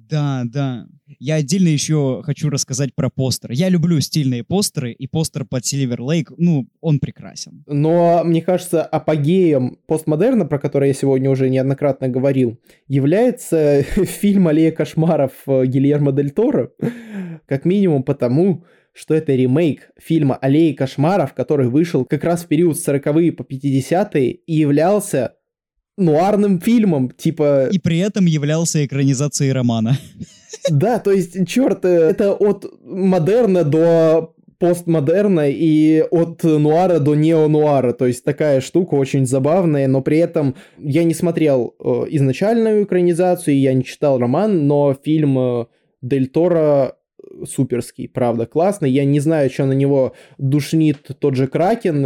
Да. Я отдельно еще хочу рассказать про постер. Я люблю стильные постеры, и постер под Silver Lake, он прекрасен. Но, мне кажется, апогеем постмодерна, про который я сегодня уже неоднократно говорил, является фильм «Аллея кошмаров» Гильермо дель Торо, как минимум потому, что это ремейк фильма «Аллеи кошмаров», который вышел как раз в период с 40-е по 50-е и являлся нуарным фильмом, типа... И при этом являлся экранизацией романа. Да, то есть, черт, это от модерна до постмодерна и от нуара до неонуара, то есть такая штука очень забавная, но при этом я не смотрел изначальную экранизацию, я не читал роман, но фильм Дель Торо суперский, правда, классный. Я не знаю, что на него душнит тот же Кракен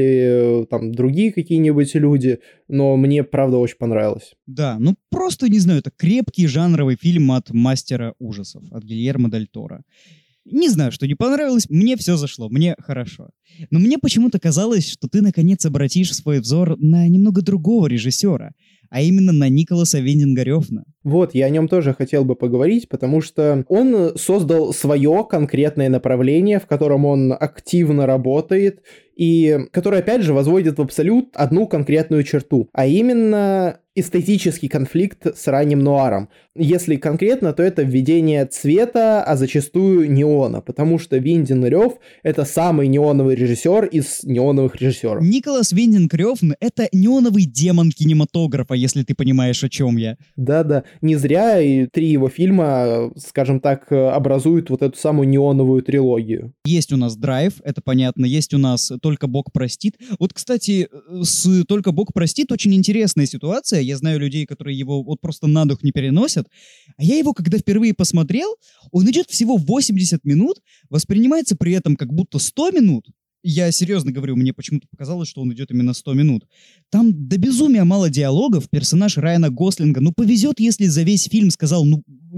или там другие какие-нибудь люди, но мне, правда, очень понравилось. Да, просто, не знаю, это крепкий жанровый фильм от мастера ужасов, от Гильермо дель Торо. Не знаю, что не понравилось, мне все зашло, мне хорошо. Но мне почему-то казалось, что ты, наконец, обратишь свой взор на немного другого режиссера, а именно на Николаса Виндинга Рёфна. Вот, я о нем тоже хотел бы поговорить, потому что он создал свое конкретное направление, в котором он активно работает, и которое, опять же, возводит в абсолют одну конкретную черту, а именно эстетический конфликт с ранним нуаром. Если конкретно, то это введение цвета, а зачастую неона, потому что Виндинг Рёфн — это самый неоновый режиссер из неоновых режиссеров. Николас Виндинг Рёфн — это неоновый демон кинематографа, если ты понимаешь, о чем я. Да, не зря и 3 его фильма, скажем так, образуют вот эту самую неоновую трилогию. Есть у нас «Драйв», это понятно, есть у нас «Только Бог простит». Вот, кстати, с «Только Бог простит» очень интересная ситуация. Я знаю людей, которые его вот просто на дух не переносят. А я его, когда впервые посмотрел, он идет всего 80 минут, воспринимается при этом как будто 100 минут. Я серьезно говорю, мне почему-то показалось, что он идет именно 100 минут. Там до безумия мало диалогов, персонаж Райана Гослинга, повезет, если за весь фильм сказал,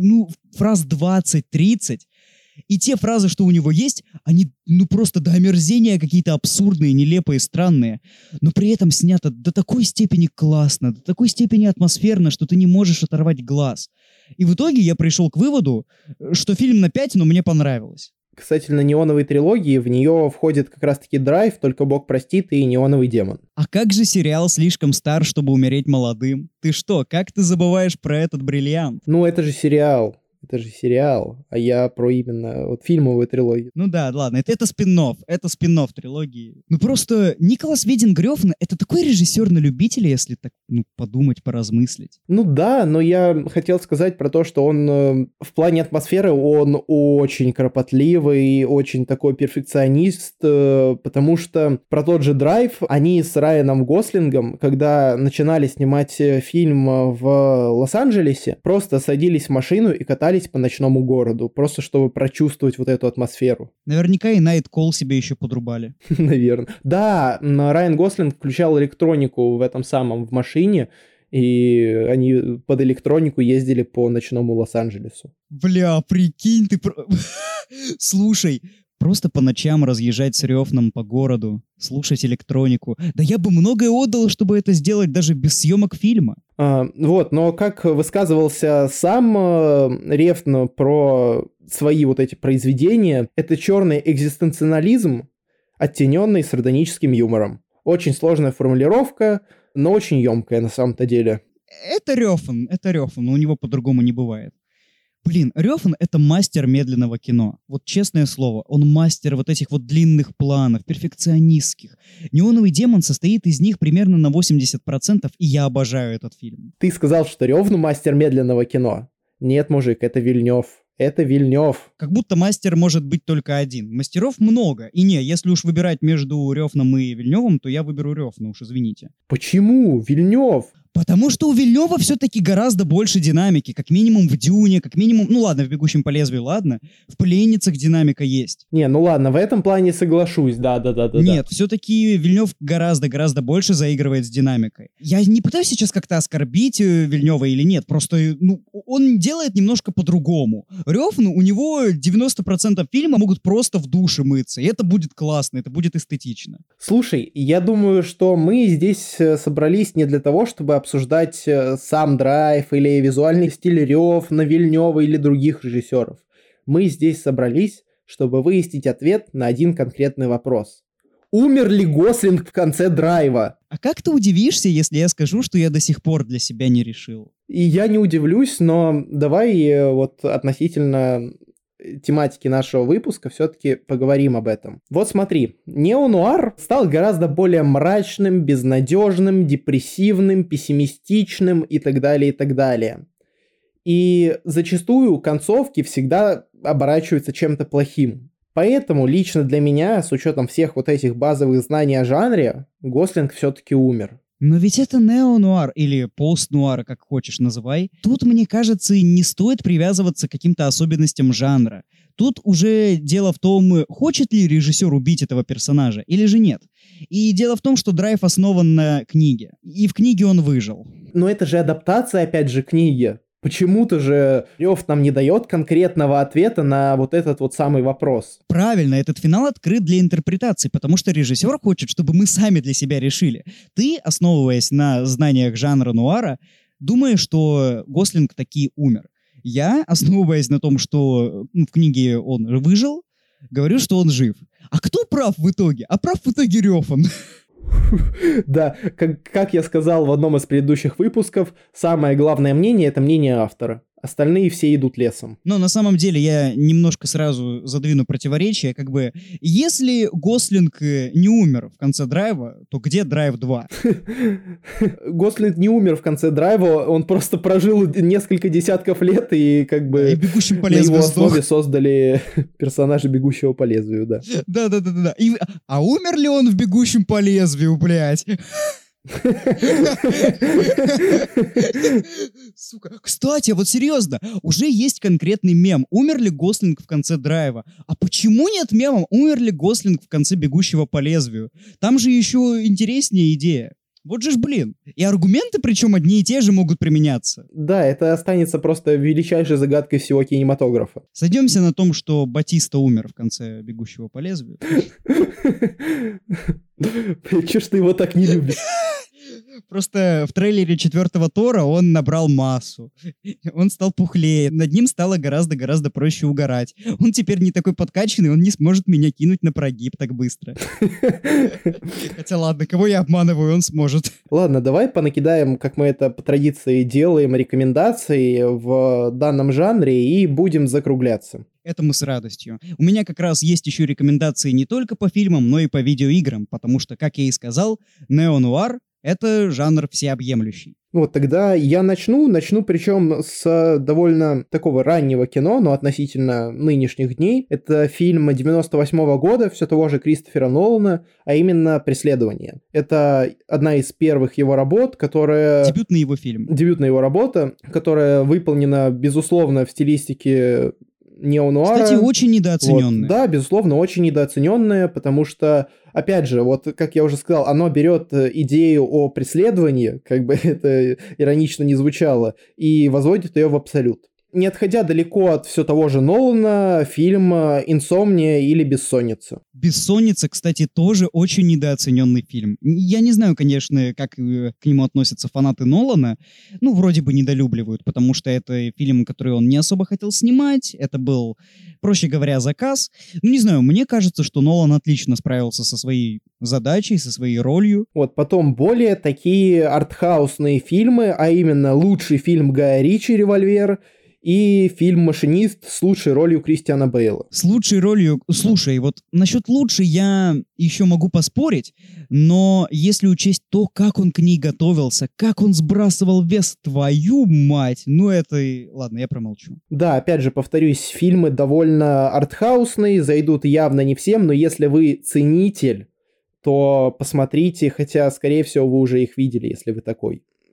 фраз 20-30. И те фразы, что у него есть, они, просто до омерзения какие-то абсурдные, нелепые, странные. Но при этом снято до такой степени классно, до такой степени атмосферно, что ты не можешь оторвать глаз. И в итоге я пришел к выводу, что фильм на 5, но мне понравилось. Кстати, на неоновой трилогии в нее входит как раз-таки «Драйв», «Только Бог простит» и «Неоновый демон». А как же сериал «Слишком стар, чтобы умереть молодым»? Ты что, как ты забываешь про этот бриллиант? Это же сериал. Это же сериал, а я про именно фильмовую трилогию. Да, ладно, это спин-офф трилогии. просто Николас Виндинг Рёфн — это такой режиссер на любителя, если так, подумать, поразмыслить. Да, но я хотел сказать про то, что он в плане атмосферы, он очень кропотливый, очень такой перфекционист, потому что про тот же «Драйв» они с Райаном Гослингом, когда начинали снимать фильм в Лос-Анджелесе, просто садились в машину и катались по ночному городу, просто чтобы прочувствовать вот эту атмосферу. Наверняка и Night Call себе еще подрубали. Наверное. Да, Райан Гослинг включал электронику в этом самом, в машине, и они под электронику ездили по ночному Лос-Анджелесу. Бля, прикинь, Слушай, просто по ночам разъезжать с Рёфном по городу, слушать электронику. Да я бы многое отдал, чтобы это сделать даже без съемок фильма. Но как высказывался сам Рёфн про свои вот эти произведения, это черный экзистенциализм, оттененный сардоническим юмором. Очень сложная формулировка, но очень емкая на самом-то деле. Это Рёфн, у него по-другому не бывает. Блин, Рёфн — это мастер медленного кино. Вот честное слово, он мастер вот этих вот длинных планов, перфекционистских. «Неоновый демон» состоит из них примерно на 80%, и я обожаю этот фильм. Ты сказал, что Рёфн мастер медленного кино. Нет, мужик, это Вильнёв. Это Вильнёв. Как будто мастер может быть только один. Мастеров много. И если уж выбирать между Рёфном и Вильнёвым, то я выберу Рёфна, уж извините. Почему? Вильнёв? Потому что у Вильнёва все-таки гораздо больше динамики, как минимум в «Дюне», как минимум, ну ладно, в «Бегущем по лезвию», ладно, в «Пленницах» динамика есть. Не, ну ладно, в этом плане соглашусь, да. Нет, все-таки Вильнёв гораздо больше заигрывает с динамикой. Я не пытаюсь сейчас как-то оскорбить Вильнёва или нет, просто, ну, он делает немножко по-другому. Рёв, ну, у него 90% фильма могут просто в душе мыться, и это будет классно, это будет эстетично. Слушай, я думаю, что мы здесь собрались не для того, чтобы обсуждать сам драйв или визуальный стиль Рёв на Вильнёва или других режиссеров. Мы здесь собрались, чтобы выяснить ответ на один конкретный вопрос. Умер ли Гослинг в конце драйва? А как ты удивишься, если я скажу, что я до сих пор для себя не решил? И я не удивлюсь, но давай вот относительно тематики нашего выпуска все-таки поговорим об этом. Вот смотри, неонуар стал гораздо более мрачным, безнадежным, депрессивным, пессимистичным и так далее, и так далее. И зачастую концовки всегда оборачиваются чем-то плохим. Поэтому лично для меня, с учетом всех вот этих базовых знаний о жанре, Гослинг все-таки умер. Но ведь это неонуар или постнуар, как хочешь называй. Тут, мне кажется, не стоит привязываться к каким-то особенностям жанра. Тут уже дело в том, хочет ли режиссер убить этого персонажа или же нет. И дело в том, что драйв основан на книге. И в книге он выжил. Но это же адаптация, опять же, книги. Почему-то же Рёв нам не дает конкретного ответа на вот этот вот самый вопрос. Правильно, этот финал открыт для интерпретации, потому что режиссер хочет, чтобы мы сами для себя решили. Ты, основываясь на знаниях жанра нуара, думаешь, что Гослинг таки умер. Я, основываясь на том, что в книге он выжил, говорю, что он жив. А кто прав в итоге? А прав в итоге Рёфан. Да, как я сказал в одном из предыдущих выпусков, самое главное мнение — это мнение автора. Остальные все идут лесом. Но на самом деле я немножко сразу задвину противоречие. Как бы, если Гослинг не умер в конце драйва, то где драйв 2? Гослинг не умер в конце драйва, он просто прожил несколько десятков лет и как бы и «Бегущим по на лезвию» его основе создали персонажа «Бегущего по лезвию», да. Да. А умер ли он в «Бегущем по лезвию», блядь? Сука. Кстати, вот серьезно, уже есть конкретный мем. Умер ли Гослинг в конце драйва? А почему нет мема? Умер ли Гослинг в конце «Бегущего по лезвию»? Там же еще интереснее идея. Вот же ж, блин. И аргументы, причем одни и те же, могут применяться. Да, это останется просто величайшей загадкой всего кинематографа. Сойдемся на том, что Батиста умер в конце «Бегущего по лезвию». Чё ж ты его так не любишь? Просто в трейлере 4-го Тора он набрал массу. Он стал пухлее. Над ним стало гораздо проще угорать. Он теперь не такой подкачанный, он не сможет меня кинуть на прогиб так быстро. Хотя ладно, кого я обманываю, он сможет. Ладно, давай понакидаем, как мы это по традиции делаем, рекомендации в данном жанре и будем закругляться. Это мы с радостью. У меня как раз есть еще рекомендации не только по фильмам, но и по видеоиграм, потому что, как я и сказал, неонуар — это жанр всеобъемлющий. Вот тогда я начну причем с довольно такого раннего кино, но относительно нынешних дней. Это фильм 98-го года, все того же Кристофера Нолана, а именно «Преследование». Это одна из первых его работ, которая... Дебютный его фильм. Дебютная его работа, которая выполнена, безусловно, в стилистике неонуара. Кстати, очень недооцененная. Вот, да, безусловно, очень недооцененная, потому что, опять же, вот, как я уже сказал, оно берет идею о преследовании, как бы это иронично не звучало, и возводит ее в абсолют. Не отходя далеко от все того же Нолана, фильм «Инсомния» или «Бессонница». «Бессонница», кстати, тоже очень недооцененный фильм. Я не знаю, конечно, как к нему относятся фанаты Нолана. Ну, вроде бы недолюбливают, потому что это фильм, который он не особо хотел снимать. Это был, проще говоря, заказ. Ну, не знаю, мне кажется, что Нолан отлично справился со своей задачей, со своей ролью. Вот, потом более такие артхаусные фильмы, а именно лучший фильм Гая Ричи «Револьвер», и фильм «Машинист» с лучшей ролью Кристиана Бейла. С лучшей ролью... Слушай, вот насчет лучшей я еще могу поспорить, но если учесть то, как он к ней готовился, как он сбрасывал вес, твою мать, ну это... Ладно, я промолчу. Да, опять же, повторюсь, фильмы довольно артхаусные, зайдут явно не всем, но если вы ценитель, то посмотрите, хотя, скорее всего, вы уже их видели, если вы такой.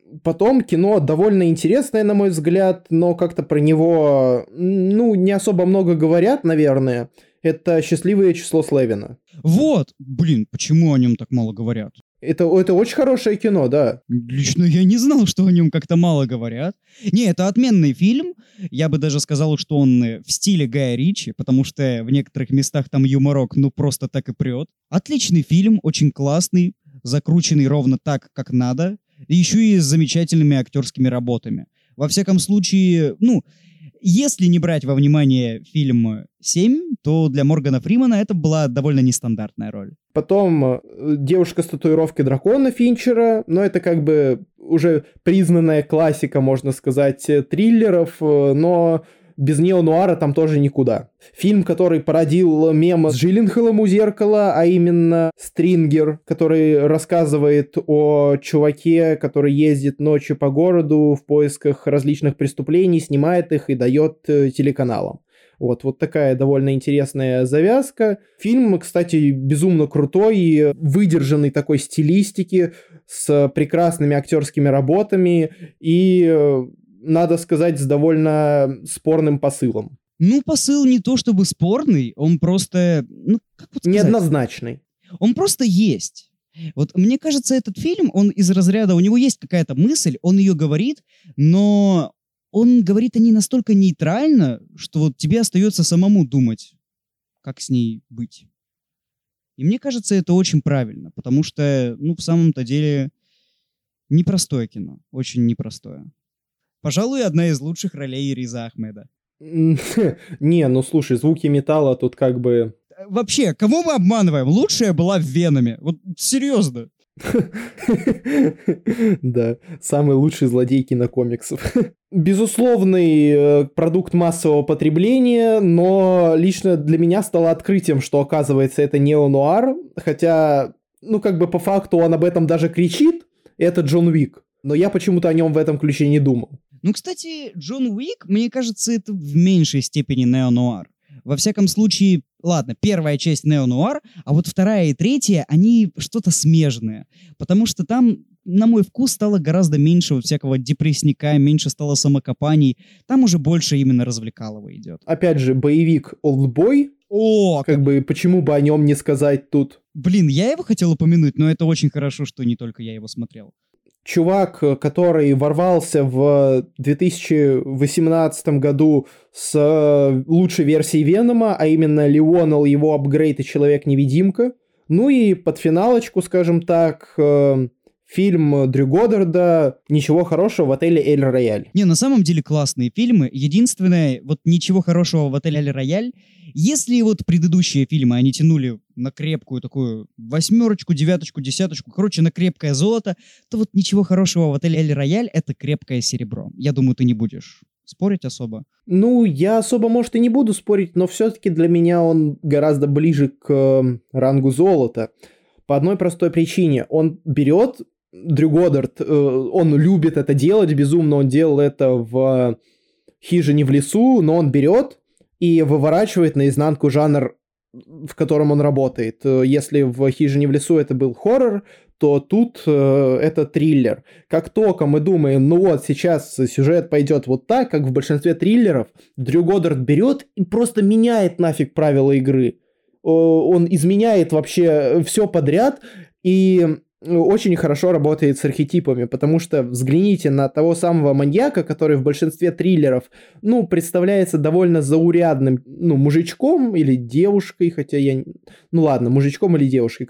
Потом кино довольно интересное, на мой взгляд, но как-то про него, не особо много говорят, наверное. Это «Счастливое число Слевина». Вот, блин, почему о нем так мало говорят? Это очень хорошее кино, да. Лично я не знал, что о нем как-то мало говорят. Не, это отменный фильм. Я бы даже сказал, что он в стиле Гая Ричи, потому что в некоторых местах там юморок, просто так и прет. Отличный фильм, очень классный, закрученный ровно так, как надо. И еще и с замечательными актерскими работами. Во всяком случае, если не брать во внимание фильм «7», то для Моргана Фримана это была довольно нестандартная роль. Потом «Девушка с татуировкой дракона» Финчера, но это как бы уже признанная классика, можно сказать, триллеров, но без неонуара там тоже никуда. Фильм, который породил мем с Джилленхолом у зеркала, а именно «Стрингер», который рассказывает о чуваке, который ездит ночью по городу в поисках различных преступлений, снимает их и дает телеканалам. Вот такая довольно интересная завязка. Фильм, кстати, безумно крутой, выдержанный такой стилистики, с прекрасными актерскими работами и, надо сказать, с довольно спорным посылом. Посыл не то чтобы спорный, он просто, как вот сказать? Неоднозначный. Он просто есть. Вот мне кажется, этот фильм, он из разряда, у него есть какая-то мысль, он ее говорит, но он говорит о ней настолько нейтрально, что вот тебе остается самому думать, как с ней быть. И мне кажется, это очень правильно, потому что, в самом-то деле, непростое кино, очень непростое. Пожалуй, одна из лучших ролей Риза Ахмеда. Не, слушай, «Звуки металла» тут как бы... Вообще, кого мы обманываем? Лучшая была в «Веноме». Вот серьезно. Да, самый лучший злодей кинокомиксов. Безусловный продукт массового потребления, но лично для меня стало открытием, что, оказывается, это неонуар, хотя, по факту он об этом даже кричит, это Джон Уик, но я почему-то о нем в этом ключе не думал. Кстати, Джон Уик, мне кажется, это в меньшей степени неонуар. Во всяком случае, ладно, первая часть неонуар, а вот вторая и третья, они что-то смежные. Потому что там, на мой вкус, стало гораздо меньше вот всякого депрессника, меньше стало самокопаний. Там уже больше именно развлекалово идет. Опять же, боевик «Олдбой». Почему бы о нем не сказать тут? Блин, я его хотел упомянуть, но это очень хорошо, что не только я его смотрел. Чувак, который ворвался в 2018 году с лучшей версией Венома, а именно Леонел, его апгрейд и Человек-невидимка. И под финалочку, скажем так, фильм Дрю Годдарда «Ничего хорошего в отеле Эль Рояль». Не, на самом деле классные фильмы. Единственное, вот «Ничего хорошего в отеле Эль Рояль», если вот предыдущие фильмы, они тянули на крепкую такую 8, 9, 10, на крепкое золото, то вот «Ничего хорошего в отеле Эль Рояль» — это крепкое серебро. Я думаю, ты не будешь спорить особо. Я особо, может, и не буду спорить, но все-таки для меня он гораздо ближе к рангу золота. По одной простой причине. Он берет... Дрю Годдард, он любит это делать безумно, он делал это в «Хижине в лесу», но он берет и выворачивает наизнанку жанр, в котором он работает. Если в «Хижине в лесу» это был хоррор, то тут это триллер. Как только мы думаем, сейчас сюжет пойдет вот так, как в большинстве триллеров, Дрю Годдард берет и просто меняет нафиг правила игры. Он изменяет вообще все подряд, и очень хорошо работает с архетипами, потому что взгляните на того самого маньяка, который в большинстве триллеров, представляется довольно заурядным, мужичком или девушкой, хотя я... мужичком или девушкой,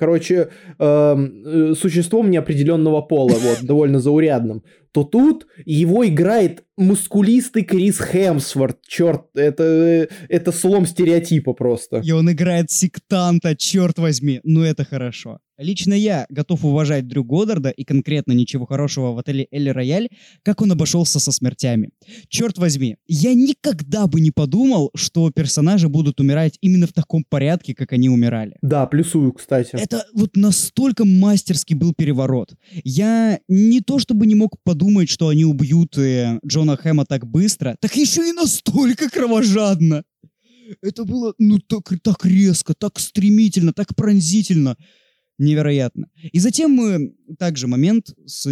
существом неопределенного пола, довольно заурядным, то тут его играет мускулистый Крис Хемсворт. Черт, это слом стереотипа просто. И он играет сектанта, черт возьми, это хорошо. Лично я готов уважать Дрю Годдарда и конкретно «Ничего хорошего в отеле Эль Рояль», как он обошелся со смертями. Черт возьми, я никогда бы не подумал, что персонажи будут умирать именно в таком порядке, как они умирали. Да, плюсую, кстати. Это вот настолько мастерский был переворот. Я не то чтобы не мог подумать, что они убьют Джона Хэма так быстро, так еще и настолько кровожадно. Это было, так резко, так стремительно, так пронзительно. Невероятно. И затем также момент с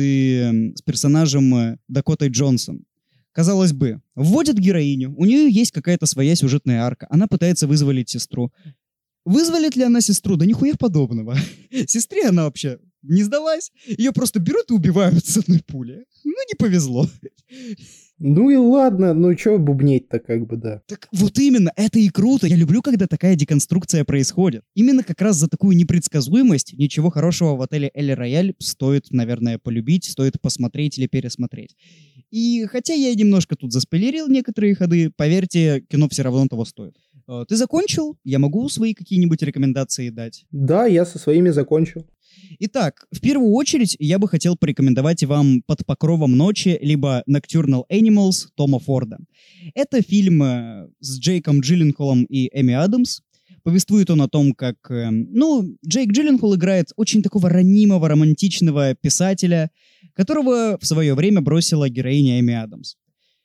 персонажем Дакотой Джонсон. Казалось бы, вводят героиню, у нее есть какая-то своя сюжетная арка, она пытается вызволить сестру. Вызволит ли она сестру? Да нихуя подобного. Сестре она вообще не сдалась, ее просто берут и убивают с одной пули. Ну, не повезло. Ну и ладно, ну чё бубнеть-то как бы, да. Так вот именно, это и круто. Я люблю, когда такая деконструкция происходит. Именно как раз за такую непредсказуемость ничего хорошего в отеле Эль Рояль стоит, наверное, полюбить, стоит посмотреть или пересмотреть. И хотя я немножко тут заспойлерил некоторые ходы, поверьте, кино все равно того стоит. Ты закончил? Я могу свои какие-нибудь рекомендации дать? Да, я со своими закончил. Итак, в первую очередь я бы хотел порекомендовать вам «Под покровом ночи» либо «Nocturnal Animals» Тома Форда. Это фильм с Джейком Джилленхолом и Эми Адамс. Повествует он о том, как... Джейк Джилленхол играет очень такого ранимого, романтичного писателя, которого в свое время бросила героиня Эми Адамс.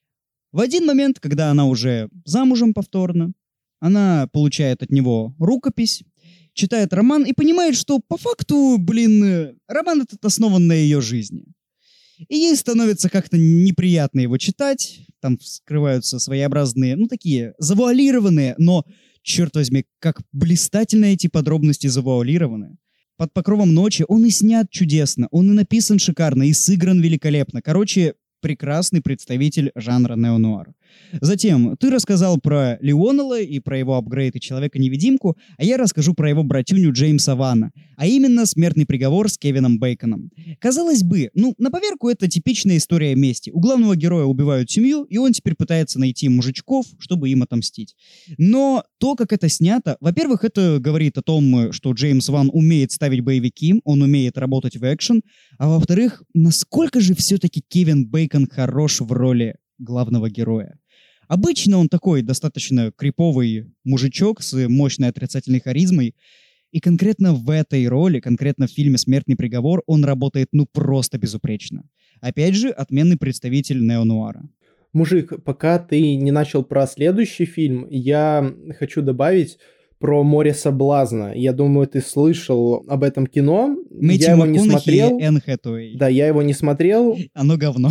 В один момент, когда она уже замужем повторно, она получает от него рукопись, читает роман и понимает, что по факту, роман этот основан на ее жизни. И ей становится как-то неприятно его читать. Там вскрываются своеобразные, такие завуалированные, но, черт возьми, как блистательно эти подробности завуалированы. «Под покровом ночи» он и снят чудесно, он и написан шикарно, и сыгран великолепно. Короче, прекрасный представитель жанра неонуар. Затем, ты рассказал про Леонелла и про его апгрейд и Человека-невидимку, а я расскажу про его братюню Джеймса Вана, а именно «Смертный приговор» с Кевином Бейконом. Казалось бы, на поверку это типичная история мести. У главного героя убивают семью, и он теперь пытается найти мужичков, чтобы им отомстить. Но то, как это снято, во-первых, это говорит о том, что Джеймс Ван умеет ставить боевики, он умеет работать в экшен, а во-вторых, насколько же все-таки Кевин Бейкон хорош в роли главного героя. Обычно он такой достаточно криповый мужичок с мощной отрицательной харизмой, и конкретно в этой роли, конкретно в фильме «Смертный приговор» он работает просто безупречно. Опять же, отменный представитель неонуара. Мужик, пока ты не начал про следующий фильм, я хочу добавить про «Море соблазна». Я думаю, ты слышал об этом кино. Мэтью я его не МакКонахи смотрел. и Энн Хэтэуэй. Да, я его не смотрел. Оно говно.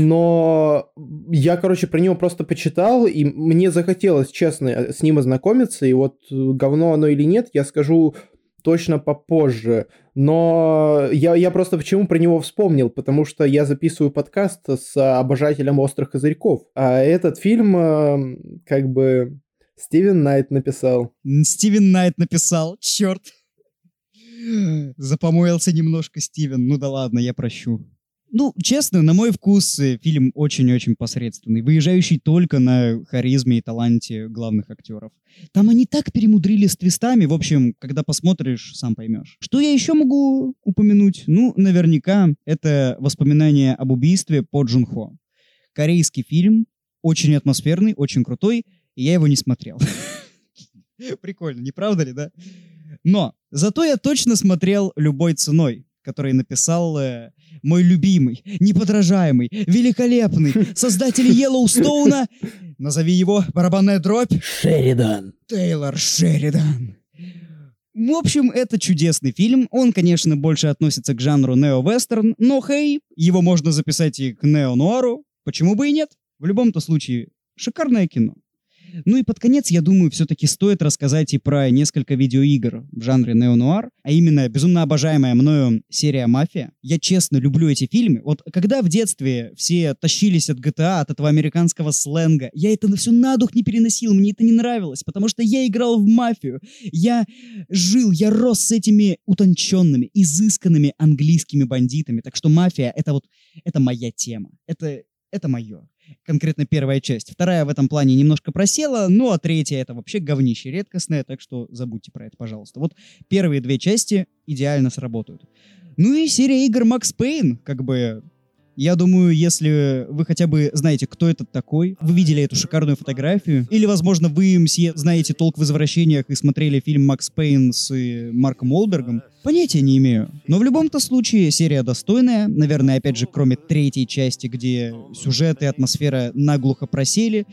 Но я, про него просто почитал, и мне захотелось, честно, с ним ознакомиться. И вот говно оно или нет, я скажу точно попозже. Но я просто почему про него вспомнил? Потому что я записываю подкаст с обожателем «Острых козырьков». А этот фильм Стивен Найт написал. Стивен Найт написал, черт. Запомоился немножко Стивен. Ну да ладно, я прощу. Честно, на мой вкус фильм очень-очень посредственный, выезжающий только на харизме и таланте главных актеров. Там они так перемудрили с твистами, в общем, когда посмотришь, сам поймешь. Что я еще могу упомянуть? Наверняка это воспоминания об убийстве По Джун Хо. Корейский фильм, очень атмосферный, очень крутой, и я его не смотрел. Прикольно, не правда ли, да? Но зато я точно смотрел «Любой ценой», который написал мой любимый, неподражаемый, великолепный создатель Йеллоустоуна, назови его барабанная дробь, Шеридан. Тейлор Шеридан. В общем, это чудесный фильм. Он, конечно, больше относится к жанру нео-вестерн, но его можно записать и к нео-нуару. Почему бы и нет? В любом-то случае, шикарное кино. И под конец, я думаю, все-таки стоит рассказать и про несколько видеоигр в жанре неонуар, а именно безумно обожаемая мною серия «Мафия». Я честно люблю эти фильмы. Вот когда в детстве все тащились от GTA, от этого американского сленга, я это все на дух не переносил, мне это не нравилось, потому что я играл в «Мафию». Я рос с этими утонченными, изысканными английскими бандитами. Так что «Мафия» — это моя тема. Это мое. Конкретно первая часть. Вторая в этом плане немножко просела, а третья — это вообще говнище редкостное, так что забудьте про это, пожалуйста. Вот первые две части идеально сработают. И серия игр Макс Пейн, я думаю, если вы хотя бы знаете, кто этот такой, вы видели эту шикарную фотографию, или, возможно, вы, мсье, знаете толк в извращениях и смотрели фильм «Макс Пейн» с Марком Уолбергом, понятия не имею. Но в любом-то случае серия достойная, наверное, опять же, кроме третьей части, где сюжет и атмосфера наглухо просели.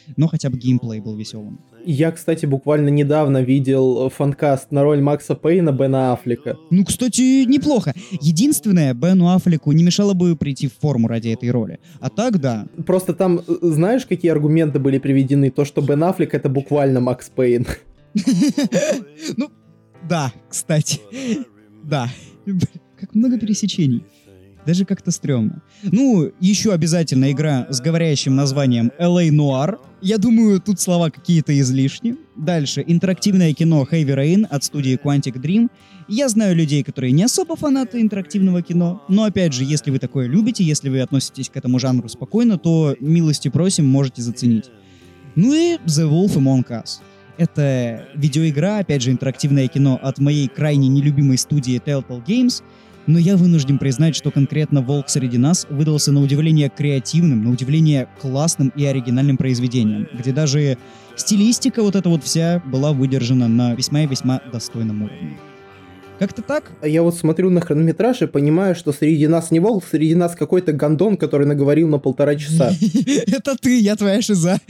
но хотя бы геймплей был веселым. Я, кстати, буквально недавно видел фанкаст на роль Макса Пейна Бена Аффлека. Ну, кстати, неплохо. Единственное, Бену Аффлеку не мешало бы прийти в форму ради этой роли. А так, да. Просто там, знаешь, какие аргументы были приведены? То, что Бен Аффлек — это буквально Макс Пейн. Ну, да, кстати. Да. Как много пересечений. Даже как-то стрёмно. Ну, еще обязательно игра с говорящим названием LA Noir. Я думаю, тут слова какие-то излишни. Дальше, интерактивное кино Heavy Rain от студии Quantic Dream. Я знаю людей, которые не особо фанаты интерактивного кино, но опять же, если вы такое любите, если вы относитесь к этому жанру спокойно, то милости просим, можете заценить. Ну и The Wolf Among Us. Это видеоигра, опять же, интерактивное кино от моей крайне нелюбимой студии Telltale Games, но я вынужден признать, что конкретно «Волк среди нас» выдался на удивление креативным, на удивление классным и оригинальным произведением, где даже стилистика вот эта вот вся была выдержана на весьма и весьма достойном уровне. Как-то так? Я вот смотрю на хронометраж и понимаю, что среди нас не волк, среди нас какой-то гондон, который наговорил на 1,5 часа. Это ты, я твоя шиза.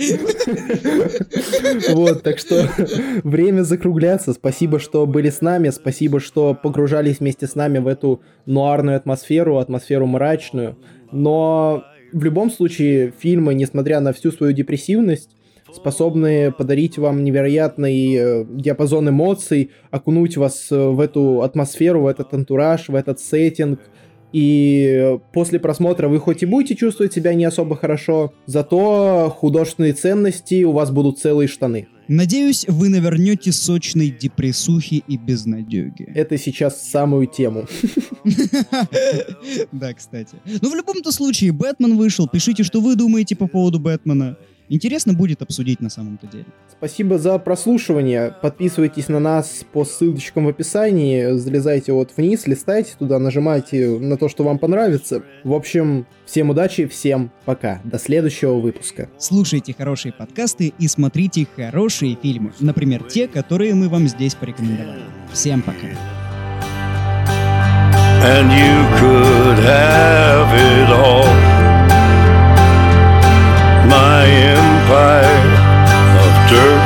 Вот, так что время закругляться. Спасибо, что были с нами, спасибо, что погружались вместе с нами в эту нуарную атмосферу мрачную. Но в любом случае фильмы, несмотря на всю свою депрессивность, способны подарить вам невероятный диапазон эмоций, окунуть вас в эту атмосферу, в этот антураж, в этот сеттинг. И после просмотра вы хоть и будете чувствовать себя не особо хорошо, зато художественные ценности у вас будут целые штаны. Надеюсь, вы навернете сочной депрессухи и безнадёги. Это сейчас самую тему. Да, кстати. Но в любом-то случае, Бэтмен вышел. Пишите, что вы думаете по поводу Бэтмена. Интересно будет обсудить на самом-то деле. Спасибо за прослушивание. Подписывайтесь на нас по ссылочкам в описании. Залезайте вот вниз, листайте туда, нажимайте на то, что вам понравится. В общем, всем удачи, всем пока. До следующего выпуска. Слушайте хорошие подкасты и смотрите хорошие фильмы. Например, те, которые мы вам здесь порекомендовали. Всем пока. And you could have it all. My empire of dirt,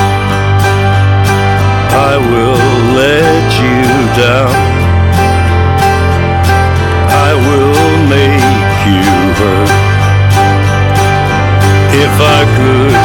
I will let you down. I will make you hurt. If I could